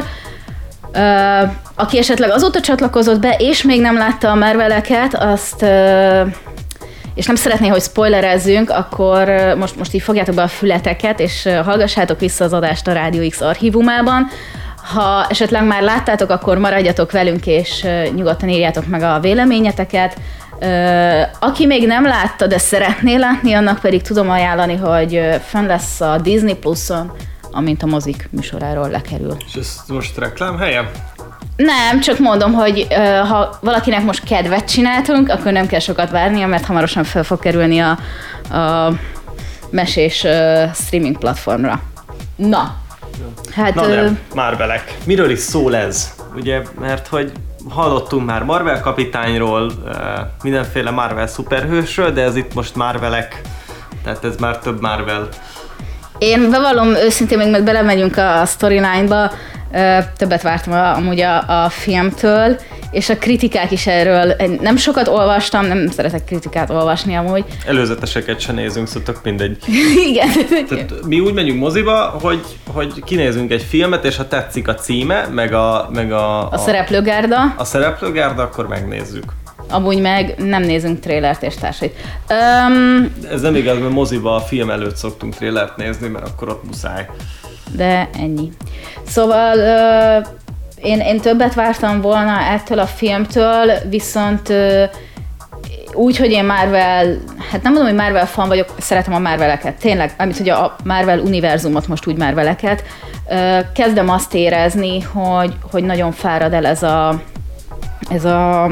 Uh, aki esetleg azóta csatlakozott be, és még nem látta a Marveleket, azt, uh, és nem szeretné, hogy spoilerezzünk, akkor uh, most, most így fogjátok be a fületeket, és uh, hallgassátok vissza az adást a Rádió X archívumában. Ha esetleg már láttátok, akkor maradjatok velünk, és uh, nyugodtan írjátok meg a véleményeteket. Uh, aki még nem látta, de szeretné látni, annak pedig tudom ajánlani, hogy uh, fönn lesz a Disney Pluson, amint a mozik műsoráról lekerül. És ez most reklám helye? Nem, csak mondom, hogy uh, ha valakinek most kedvet csináltunk, akkor nem kell sokat várnia, mert hamarosan fel fog kerülni a, a mesés uh, streaming platformra. Na, hát... Na de, uh, Marvelek. Miről is szól ez? Ugye, mert hogy hallottunk már Marvel kapitányról, mindenféle Marvel szuperhősről, de ez itt most Marvelek, tehát ez már több Marvel. Én bevallom őszintén, még meg belemegyünk a storyline-ba, többet vártam amúgy a, a filmtől, és a kritikák is erről, nem sokat olvastam, nem szeretek kritikát olvasni amúgy. Előzeteseket se nézünk, szóval mindegy. Igen. Tehát mi úgy megyünk moziba, hogy, hogy kinézünk egy filmet, és ha tetszik a címe, meg a... Meg a, a, a szereplőgárda. A szereplőgárda, akkor megnézzük. Amúgy meg nem nézünk trélert és társait. Um, Ez nem igaz, mert moziba a film előtt szoktunk trélert nézni, mert akkor ott muszáj. De ennyi. Szóval uh, én, én többet vártam volna ettől a filmtől, viszont uh, úgy, hogy én Marvel, hát nem mondom, hogy Marvel fan vagyok, szeretem a Marveleket, tényleg, amit hogy a Marvel univerzumot, most úgy Marveleket, uh, kezdem azt érezni, hogy, hogy nagyon fárad el ez a, ez a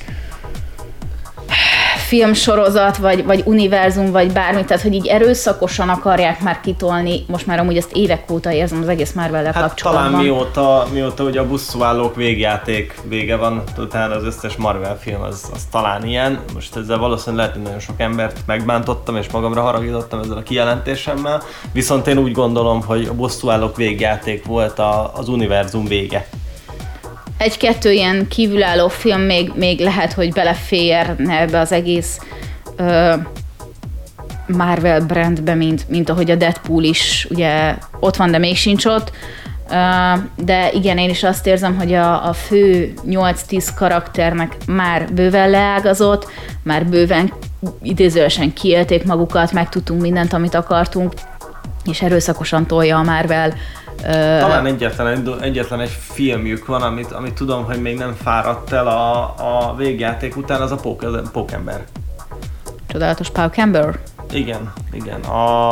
filmsorozat, vagy, vagy univerzum, vagy bármi, tehát hogy így erőszakosan akarják már kitolni, most már amúgy ezt évek óta érzem az egész Marvel-el hát kapcsolatban. Talán mióta, mióta ugye a buszúállók végjáték vége van, utána az összes Marvel film az, az talán ilyen. Most ezzel valószínűleg lehet, hogy nagyon sok embert megbántottam, és magamra haragítottam ezzel a kijelentésemmel, viszont én úgy gondolom, hogy a buszúállók végjáték volt a, az univerzum vége. Egy-kettő ilyen kívülálló film még, még lehet, hogy beleférne ebbe az egész ö, Marvel brandbe, mint, mint ahogy a Deadpool is ugye ott van, de még sincs ott. Ö, de igen, én is azt érzem, hogy a, a fő nyolc-tíz karakternek már bőven leágazott, már bőven idézőesen kiélték magukat, megtudtunk mindent, amit akartunk. és erőszakosan tolja a Marvel. Talán egyetlen, egyetlen egy filmjük van, amit, amit tudom, hogy még nem fáradt el a, a végjáték után, az a Pókember. Csodálatos Pókember? Igen, igen. A,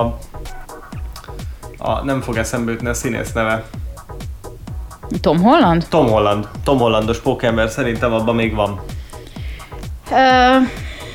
a, nem fog eszembe jutni a színész neve. Tom Holland? Tom Holland. Tom Hollandos Pókember, szerintem abban még van. Uh,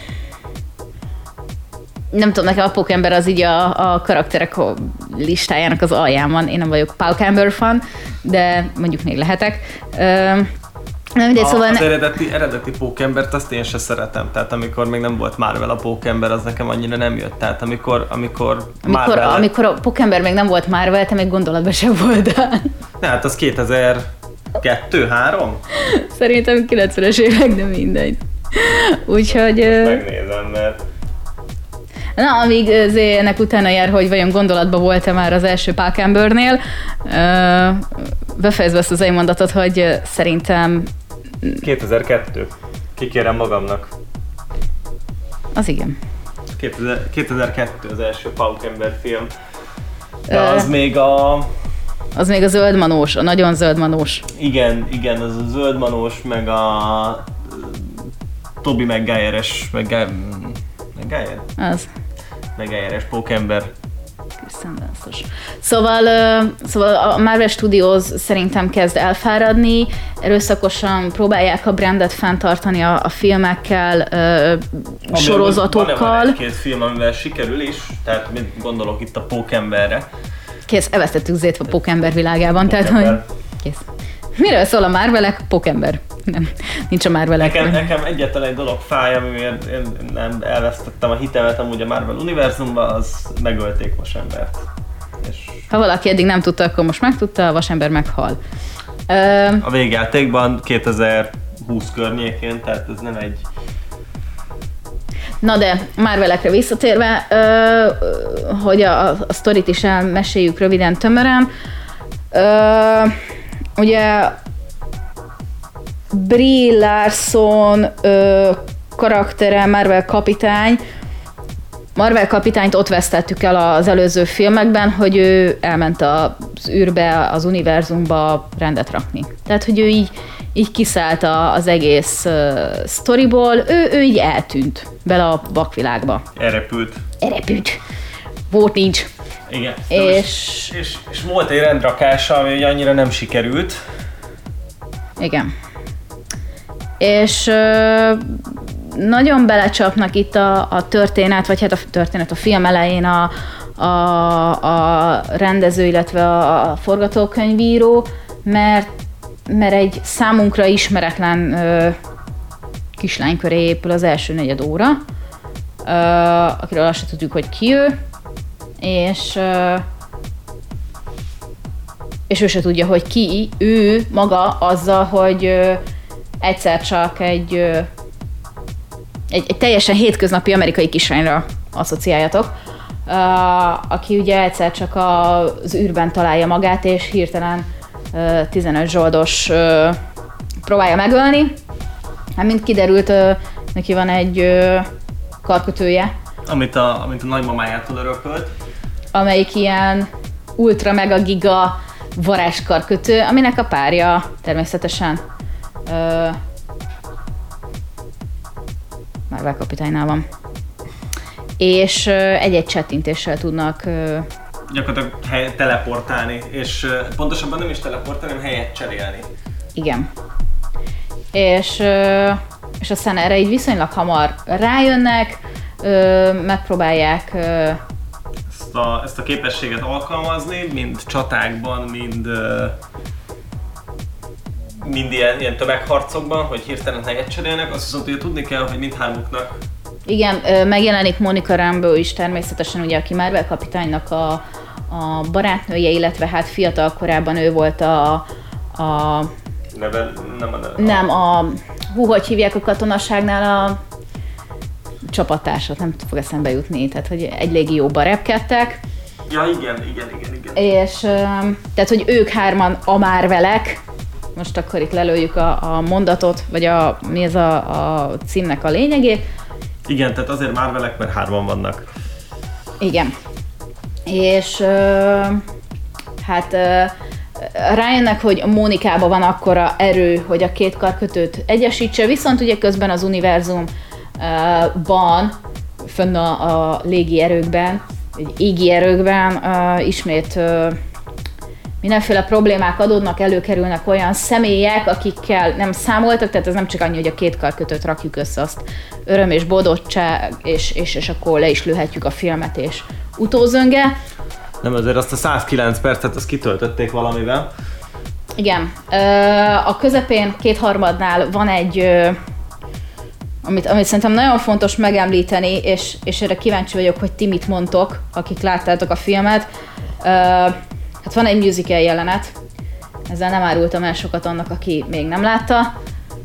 nem tudom, nekem a Pókember az így a, a karakterek listájának az alján van. Én nem vagyok Pókember fan, de mondjuk még lehetek. Uh, nem mindegy, a, szóval az ne... eredeti, eredeti Pókembert azt én se szeretem, tehát amikor még nem volt Marvel a Pókember, az nekem annyira nem jött. Tehát amikor, amikor, amikor, Marvel... amikor a Pókember még nem volt Marvel, te még gondolatban sem voltál. Ne, hát az kétezer-kettő három? Szerintem kilencvenes évek, de mindegy. Úgyhogy... Megnézem, mert... Na, amíg ennek utána jár, hogy vajon gondolatban volt-e már az első Pókembernél, befejezve ezt az egy mondatot, hogy szerintem... kétezer-kettő. Kikérem magamnak. Az igen. kétezer-kettő az első Pókember film. De az uh, még a... Az még a zöldmanós, a nagyon zöldmanós. Igen, igen, az a zöldmanós, meg a Tobey Maguire-es, Maguire... Maguire? Az. Maguire-es Pókember. Szóval, szóval a Marvel Studios szerintem kezd elfáradni, erőszakosan próbálják a brandet fenntartani a, a filmekkel, a sorozatokkal. Van egy-két film, amivel sikerül is, tehát mit gondolok itt a Pókemberre. Kész, elvesztettük zét a Pókember világában, Pókember. Tehát hogy kész. Miről szól a Marvelek? Pókember. Nem, nincs a Marvelek. Nekem, nekem egyetlen egy dolog fáj, amiért én nem elvesztettem a hitemet amúgy a Marvel univerzumban, az megölték Vasembert. És ha valaki eddig nem tudta, akkor most megtudta, a Vasember meghal. A végjátékban kétezer-húsz környékén, tehát ez nem egy... Na de, Marvelekre visszatérve, hogy a, a sztorit is elmeséljük röviden, tömören. Ugye Brie Larson ö, karaktere, Marvel kapitány. Marvel kapitányt ott vesztettük el az előző filmekben, hogy ő elment az űrbe, az univerzumba rendet rakni. Tehát, hogy ő így, így kiszállt az egész uh, sztoriból, ő, ő így eltűnt bele a vakvilágba. Elrepült. Elrepült. Volt nincs. Igen. És... És, és volt egy rendrakása, ami annyira nem sikerült. Igen. És ö, nagyon belecsapnak itt a, a történet, vagy hát a történet a film elején a, a, a rendező, illetve a, a forgatókönyvíró, mert, mert egy számunkra ismeretlen ö, kislány köré épül az első negyed óra, ö, akiről azt se tudjuk, hogy ki ő, és, ö, és ő se tudja, hogy ki ő maga azzal, hogy ö, egyszer csak egy, egy, egy teljesen hétköznapi amerikai kislányra asszociáljatok, aki ugye egyszer csak az űrben találja magát, és hirtelen tizenöt zsoldos próbálja megölni. Hát mint kiderült, neki van egy karkötője. Amit a, amit a nagymamájától örökölt. Amelyik ilyen ultra mega giga varázskarkötő, aminek a párja természetesen Uh, Marvel kapitánynál van. És uh, egy-egy csettintéssel tudnak uh, gyakorlatilag hely, teleportálni, és uh, pontosabban nem is teleportálni, hanem helyet cserélni. Igen. És, uh, és aztán erre így viszonylag hamar rájönnek, uh, megpróbálják uh, ezt, a, ezt a képességet alkalmazni, mind csatákban, mind uh, mind ilyen, ilyen tömegharcokban, hogy hirtelen helyet cserélnek, azt viszont ugye tudni kell, hogy mindhármuknak. Igen, megjelenik Monica Rambeau is természetesen, ugye, aki Marvel kapitánynak a, a barátnője, illetve hát fiatal korában ő volt a... a neve, nem a neve. Nem, a... Hú, hogy hívják a katonaságnál a csapattársat, nem fog eszembe jutni, tehát hogy egy légióban repkedtek. Ja, igen, igen, igen, igen. És tehát, hogy ők hárman a Marvelek, most akkor itt lelőjük a, a mondatot, vagy a, mi ez a, a címnek a lényegét. Igen, tehát azért Marvelek, mert hárman vannak. Igen. és ö, hát ö, rájönnek, hogy a Mónikában van akkora erő, hogy a két karkötőt egyesítse, viszont ugye közben az univerzumban, fönn a, a légi erőkben, egy égi erőkben uh, ismét uh, mindenféle problémák adódnak, előkerülnek olyan személyek, akikkel nem számoltak, tehát ez nem csak annyi, hogy a két karkötőt rakjuk össze, azt öröm és boldogság, és, és, és akkor le is lőhetjük a filmet, és utózönge. Nem, azért azt a százkilenc percet azt kitöltötték valamivel. Igen. A közepén kétharmadnál van egy, amit, amit szerintem nagyon fontos megemlíteni, és, és erre kíváncsi vagyok, hogy ti mit mondtok, akik láttátok a filmet. Hát van egy musical jelenet, ezzel nem árultam el sokat annak, aki még nem látta.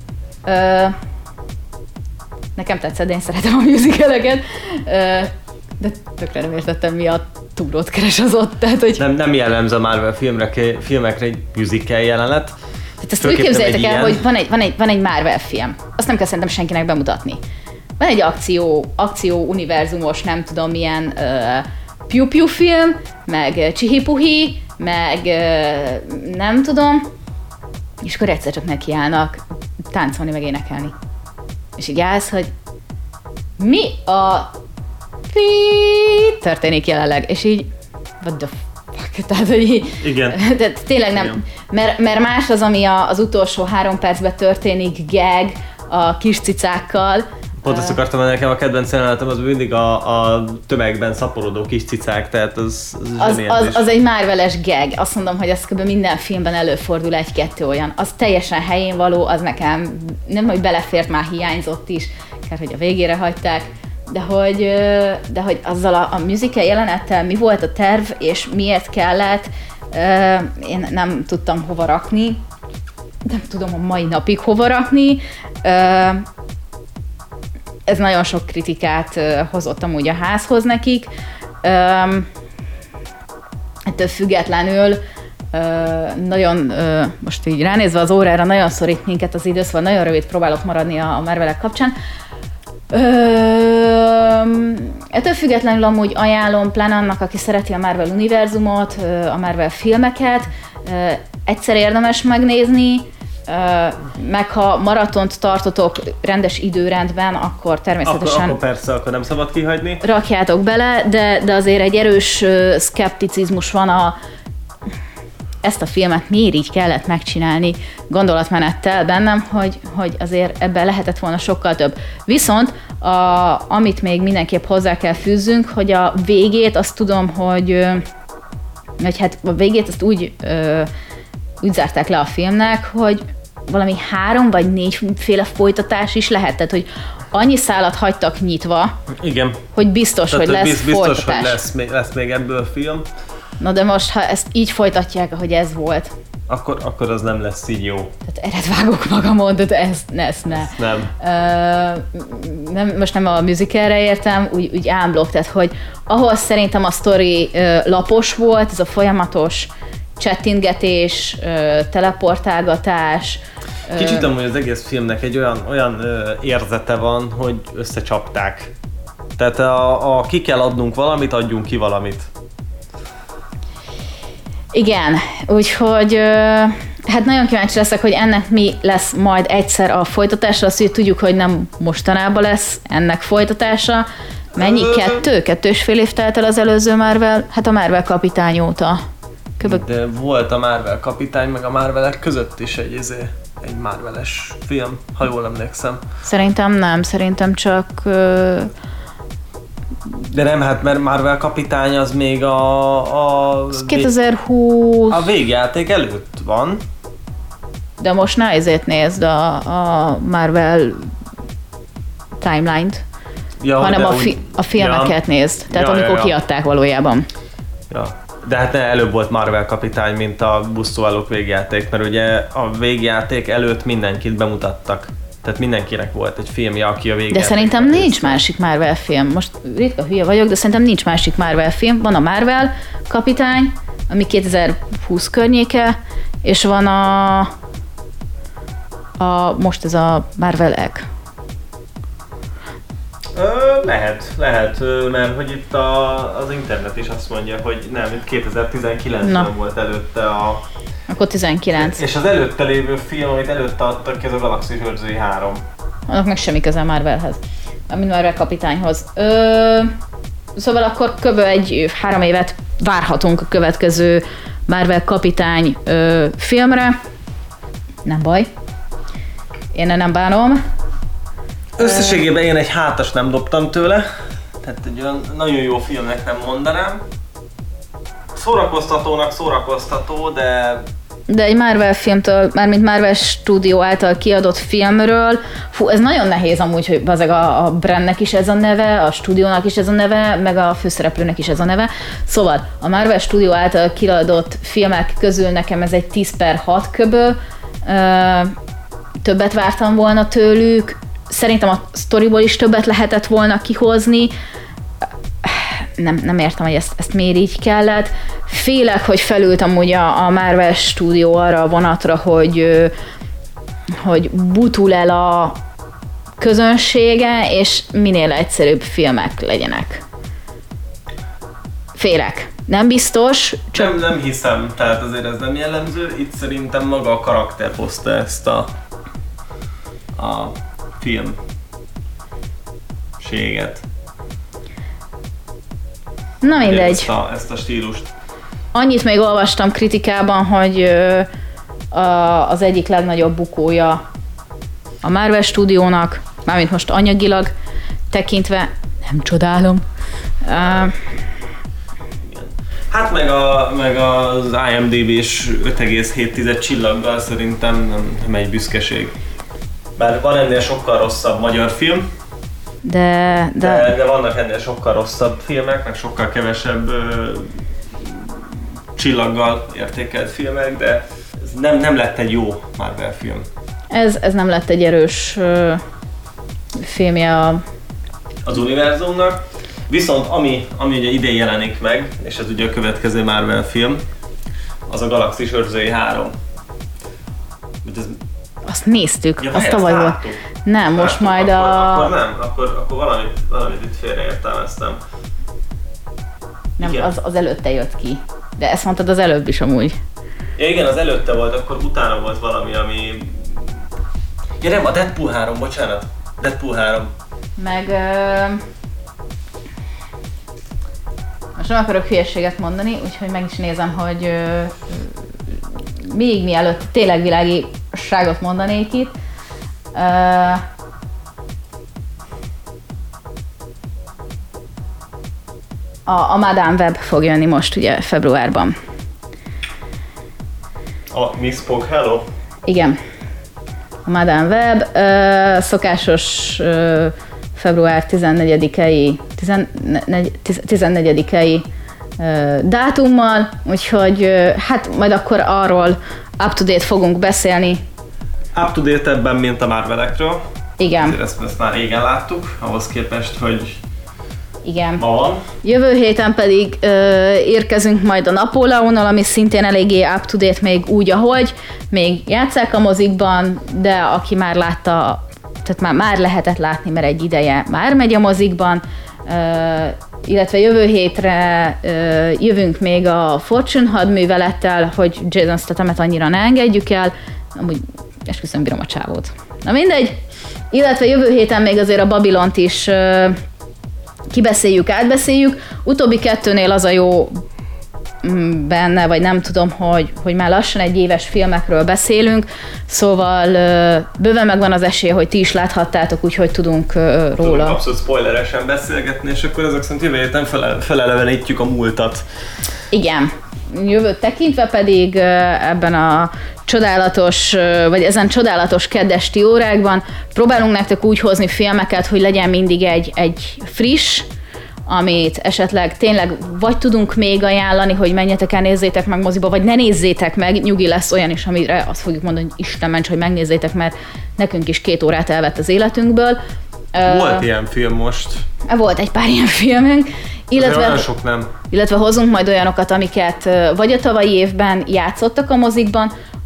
Nekem tetszett, de én szeretem a musicaleket, de tökre nem értettem, mi a túrót keres az ott. Tehát, hogy... nem, nem jellemző a Marvel filmre, filmekre egy musical jelenet. Tehát ezt úgy képzeljétek el, hogy van egy, van, egy, van egy Marvel film. Azt nem kell szerintem senkinek bemutatni. Van egy akció, akció univerzumos, nem tudom milyen uh, piu-piu film, meg csihi-puhi, meg uh, nem tudom, és akkor egyszer csak nekiállnak táncolni, meg énekelni. És így állsz, hogy mi a történik jelenleg, és így what the fuck, tehát, hogy így, igen. Tehát tényleg nem, mert, mert más az, ami a, az utolsó három percben történik gag a kis cicákkal. Pont azt akartam, hogy nekem a kedvenc jelenetem az mindig a, a tömegben szaporodó kis cicák, tehát az az, az, az egy Marvel-es gag, azt mondom, hogy az kb. Minden filmben előfordul egy-kettő olyan, az teljesen helyén való, az nekem nem, hogy belefért, már hiányzott is, kár, hogy a végére hagyták. De hogy, de hogy azzal a, a musical jelenettel mi volt a terv, és miért kellett, én nem tudtam hova rakni, nem tudom a mai napig hova rakni. Ez nagyon sok kritikát hozott amúgy a házhoz nekik. Ettől függetlenül nagyon, most így ránézve az órára, nagyon szorít minket az idő, szóval nagyon rövid próbálok maradni a Marvelek kapcsán. Ö, ettől függetlenül amúgy ajánlom, pláne annak, aki szereti a Marvel univerzumot, a Marvel filmeket, egyszer érdemes megnézni, meg ha maratont tartotok rendes időrendben, akkor természetesen... Akkor, akkor persze, akkor nem szabad kihagyni. Rakjátok bele, de, de azért egy erős szkepticizmus van a ezt a filmet miért így kellett megcsinálni gondolatmenettel bennem, hogy, hogy azért ebben lehetett volna sokkal több. Viszont a, amit még mindenképp hozzá kell fűzzünk, hogy a végét azt tudom, hogy, hogy hát a végét azt úgy, úgy zárták le a filmnek, hogy valami három vagy négyféle folytatás is lehet, tehát hogy annyi szálat hagytak nyitva, igen, hogy biztos, tehát, hogy lesz biztos, folytatás. Biztos, hogy lesz még, lesz még ebből film. Na de most, ha ezt így folytatják, ahogy ez volt, akkor, akkor az nem lesz így jó. Tehát ered vágok magamon, de ezt, ezt ne. Ezt nem. Uh, nem. Most nem a musicalre értem, úgy, úgy unblock, tehát hogy ahol szerintem a sztori uh, lapos volt, ez a folyamatos chattingetés, uh, teleportálgatás. Kicsit amúgy az egész filmnek egy olyan, olyan uh, érzete van, hogy összecsapták. Tehát a, a ki kell adnunk valamit, adjunk ki valamit. Igen, úgyhogy hát nagyon kíváncsi leszek, hogy ennek mi lesz majd egyszer a folytatása. Azt, hogy tudjuk, hogy nem mostanában lesz ennek folytatása. Mennyi? Kettő? Kettő és fél év telt el az előző Marvel? Hát a Marvel kapitány óta. Köbök... De volt a Marvel kapitány, meg a Marvelek között is egy, egy Marveles film, ha jól emlékszem. Szerintem nem, szerintem csak... Uh... De nem, hát mert Marvel kapitány az még a... a kétezer-húsz... A végjáték előtt van. De most ne ezért nézd a, a Marvel timeline-t, ja, hanem a, fi- a filmeket ja. nézd, tehát ja, amikor ja, ja. kiadták valójában. Ja. De hát ne, előbb volt Marvel kapitány, mint a buszolók végjáték, mert ugye a végjáték előtt mindenkit bemutattak. Tehát mindenkinek volt egy filmje, aki a végjáték. De szerintem nincs részt. Másik Marvel film. Most ritka hülye vagyok, de szerintem nincs másik Marvel film. Van a Marvel kapitány, ami kétezer-húsz környéke, és van a, a most ez a Marvel-ek. lehet, lehet, mert hogy itt a, az internet is azt mondja, hogy nem, itt kétezer-tizenkilencben volt előtte a... Akkor tizenkilenc. És az előtte lévő film, amit előtte adtak ki, ez a Galaxis őrzői három. Annak meg semmi köze Marvelhez. Mint Marvel kapitányhoz. Ö, szóval akkor kb. egy három évet várhatunk a következő Marvel kapitány ö, filmre. Nem baj. Én nem bánom. Összességében én egy hátas nem dobtam tőle. Tehát egy olyan nagyon jó filmnek nem mondanám. Szórakoztatónak szórakoztató, de... De egy Marvel filmtől, mármint Marvel stúdió által kiadott filmről, fú, ez nagyon nehéz amúgy, hogy bazeg a, a brandnek is ez a neve, a stúdiónak is ez a neve, meg a főszereplőnek is ez a neve. Szóval a Marvel stúdió által kiadott filmek közül nekem ez egy tíz per hat köbö, ö, többet vártam volna tőlük, szerintem a sztoriból is többet lehetett volna kihozni, nem, nem értem, hogy ezt, ezt miért így kellett. Félek, hogy felült amúgy a, a Marvel stúdió arra a vonatra, hogy, hogy butul el a közönsége, és minél egyszerűbb filmek legyenek. Félek. Nem biztos, csak... Nem, nem hiszem, tehát azért ez nem jellemző. Itt szerintem maga a karakter hozta ezt a, a filmséget. Na mindegy. Ezt a, ezt a stílust. Annyit még olvastam kritikában, hogy ö, a, az egyik legnagyobb bukója a Marvel stúdiónak, mármint most anyagilag tekintve, nem csodálom. Uh, Hát meg, a, meg az IMDb-s öt egész hét csillaggal szerintem nem, nem egy büszkeség. Bár van ennél sokkal rosszabb magyar film, de, de... De, de vannak ennél sokkal rosszabb filmek, meg sokkal kevesebb ö, csillaggal értékelt filmek, de ez nem, nem lett egy jó Marvel film. Ez, ez nem lett egy erős ö, filmje a... az univerzumnak. Viszont ami, ami ugye idén jelenik meg, és ez ugye a következő Marvel film, az a Galaxis őrzői három. Ez... Azt néztük, Ja, azt tavaly volt. Nem, láttuk, most majd akkor, a... Akkor nem, akkor, akkor valamit, valamit itt félreértelmeztem. Nem, az, az előtte jött ki. De ezt mondtad az előbb is amúgy. Ja igen, az előtte volt, akkor utána volt valami, ami... Ja nem, a Deadpool három, bocsánat. Deadpool három. Meg... Ö... Most nem akarok hülyeséget mondani, úgyhogy meg is nézem, hogy ö... még mielőtt tényleg világiságot mondanék itt. Ö... A, a Madame Web fog jönni most ugye februárban. A Miss Pog Hello? Igen. A Madame Web ö, szokásos ö, február tizennegyedikei tizennegyedikei ö, dátummal, úgyhogy ö, hát majd akkor arról up-to-date fogunk beszélni. Up-to-date ebben, mint a Marvelekről. Igen. Ezt, ezt már régen láttuk, ahhoz képest, hogy igen. ma van. Jövő héten pedig ö, érkezünk majd a Napóleonnal, ami szintén eléggé up-to-date még úgy, ahogy. Még játsszák a mozikban, de aki már látta, tehát már, már lehetett látni, mert egy ideje már megy a mozikban. Ö, illetve jövő hétre ö, jövünk még a Fortune hadművelettel, hogy Jason Stathamet annyira ne engedjük el. Amúgy esküszöm, bírom a csávót. Na mindegy. Illetve jövő héten még azért a Babylont is ö, kibeszéljük, átbeszéljük. Utóbbi kettőnél az a jó benne, vagy nem tudom, hogy, hogy már lassan egy éves filmekről beszélünk, szóval bőven megvan az esély, hogy ti is láthattátok, úgyhogy tudunk róla. Tudunk abszolút spoileresen beszélgetni, és akkor ezek szerint jövő héten fele, felelevenítjük a múltat. Igen. Jövőt tekintve pedig ebben a csodálatos, vagy ezen csodálatos kedvesti órákban próbálunk nektek úgy hozni filmeket, hogy legyen mindig egy, egy friss, amit esetleg tényleg vagy tudunk még ajánlani, hogy menjetek el, nézzétek meg moziba, vagy ne nézzétek meg, nyugi lesz olyan is, amire azt fogjuk mondani, hogy Isten ments, hogy megnézzétek, mert nekünk is két órát elvett az életünkből. Volt uh, ilyen film most. Volt egy pár ilyen filmünk. Illetve, sok nem. illetve hozunk majd olyanokat, amiket vagy a tavalyi évben játszottak a mozikban,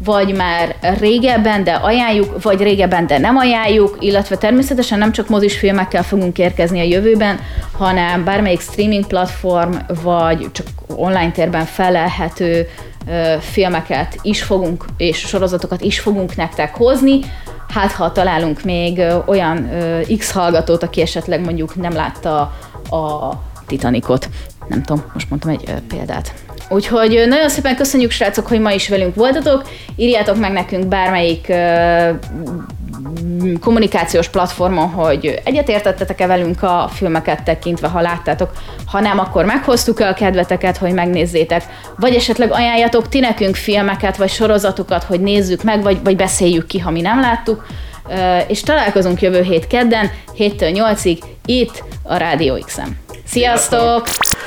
vagy már régebben, de ajánljuk, vagy régebben, de nem ajánljuk, illetve természetesen nem csak mozis filmekkel fogunk érkezni a jövőben, hanem bármelyik streaming platform, vagy csak online térben felelhető filmeket is fogunk, és sorozatokat is fogunk nektek hozni. Hát, ha találunk még olyan X hallgatót, aki esetleg mondjuk nem látta a Titanicot. Nem tudom, most mondtam egy példát. Úgyhogy nagyon szépen köszönjük, srácok, hogy ma is velünk voltatok. Írjátok meg nekünk bármelyik uh, kommunikációs platformon, hogy egyetértettetek-e velünk a filmeket tekintve, ha láttátok. Ha nem, akkor meghoztuk-e a kedveteket, hogy megnézzétek. Vagy esetleg ajánljatok ti nekünk filmeket, vagy sorozatokat, hogy nézzük meg, vagy, vagy beszéljük ki, ha mi nem láttuk. Uh, és találkozunk jövő hét kedden, héttől nyolcig, itt a Rádió X-en. Sziasztok!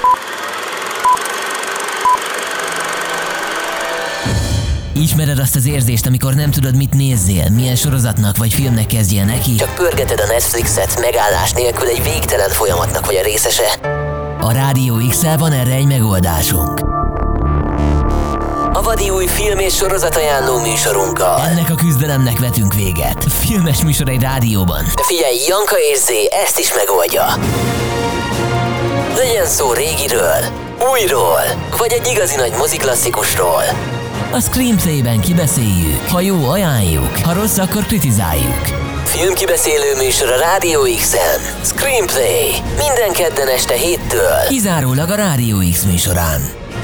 Ismered azt az érzést, amikor nem tudod, mit nézzél, milyen sorozatnak vagy filmnek kezdjél neki? Csak pörgeted a Netflixet, megállás nélkül egy végtelen folyamatnak vagy a részese. A Rádió X-el van erre egy megoldásunk. A vadi új film és sorozat ajánló műsorunkkal. Ennek a küzdelemnek vetünk véget. Filmes műsor egy rádióban. De figyelj, Janka és Zé ezt is megoldja. Legyen szó régiről, újról, vagy egy igazi nagy moziklasszikusról. A Screenplay-ben kibeszéljük, ha jó, ajánljuk, ha rossz, akkor kritizáljuk. Filmkibeszélő műsor a Rádió X-en. Screenplay. Minden kedden este héttől. Kizárólag a Rádió X műsorán.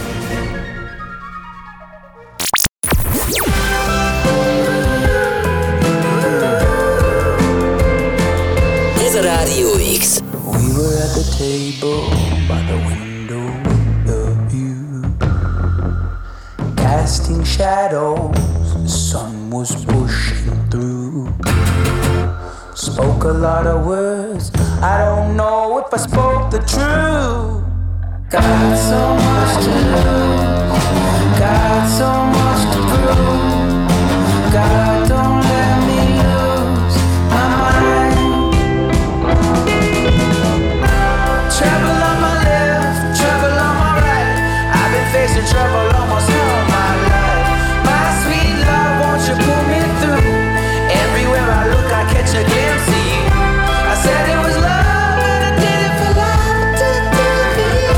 Ez a Rádió X. We were at the table by the window with the view, casting shadows, the sun was pushing through. Spoke a lot of words, I don't know if I spoke the truth. Got so much to lose, got so much to prove. God, don't let me lose my mind. Trouble on my left, trouble on my right. I've been facing trouble almost all my life. My sweet love, won't you pull me through? Everywhere I look, I catch a glimpse of you. I said it was love, and I did it for love, I did it for you.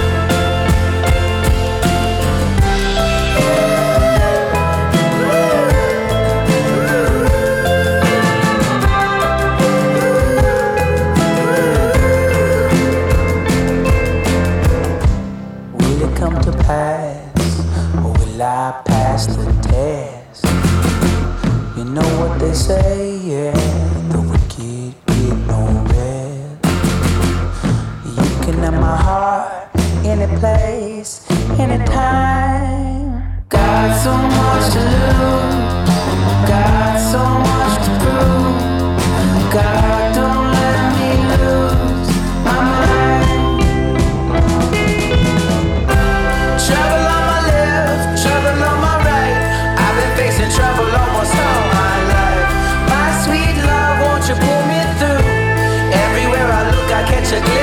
Will it come to pass, or will I pass the test? You know what they say, yeah, the wicked get no rest. You can have my heart, any place, anytime. Got so much to lose, got so much to prove. God, don't let me lose my mind. Trouble on my left, trouble on my right. I've been facing trouble almost all my life. My sweet love, won't you pull me through? Everywhere I look, I catch a glimpse.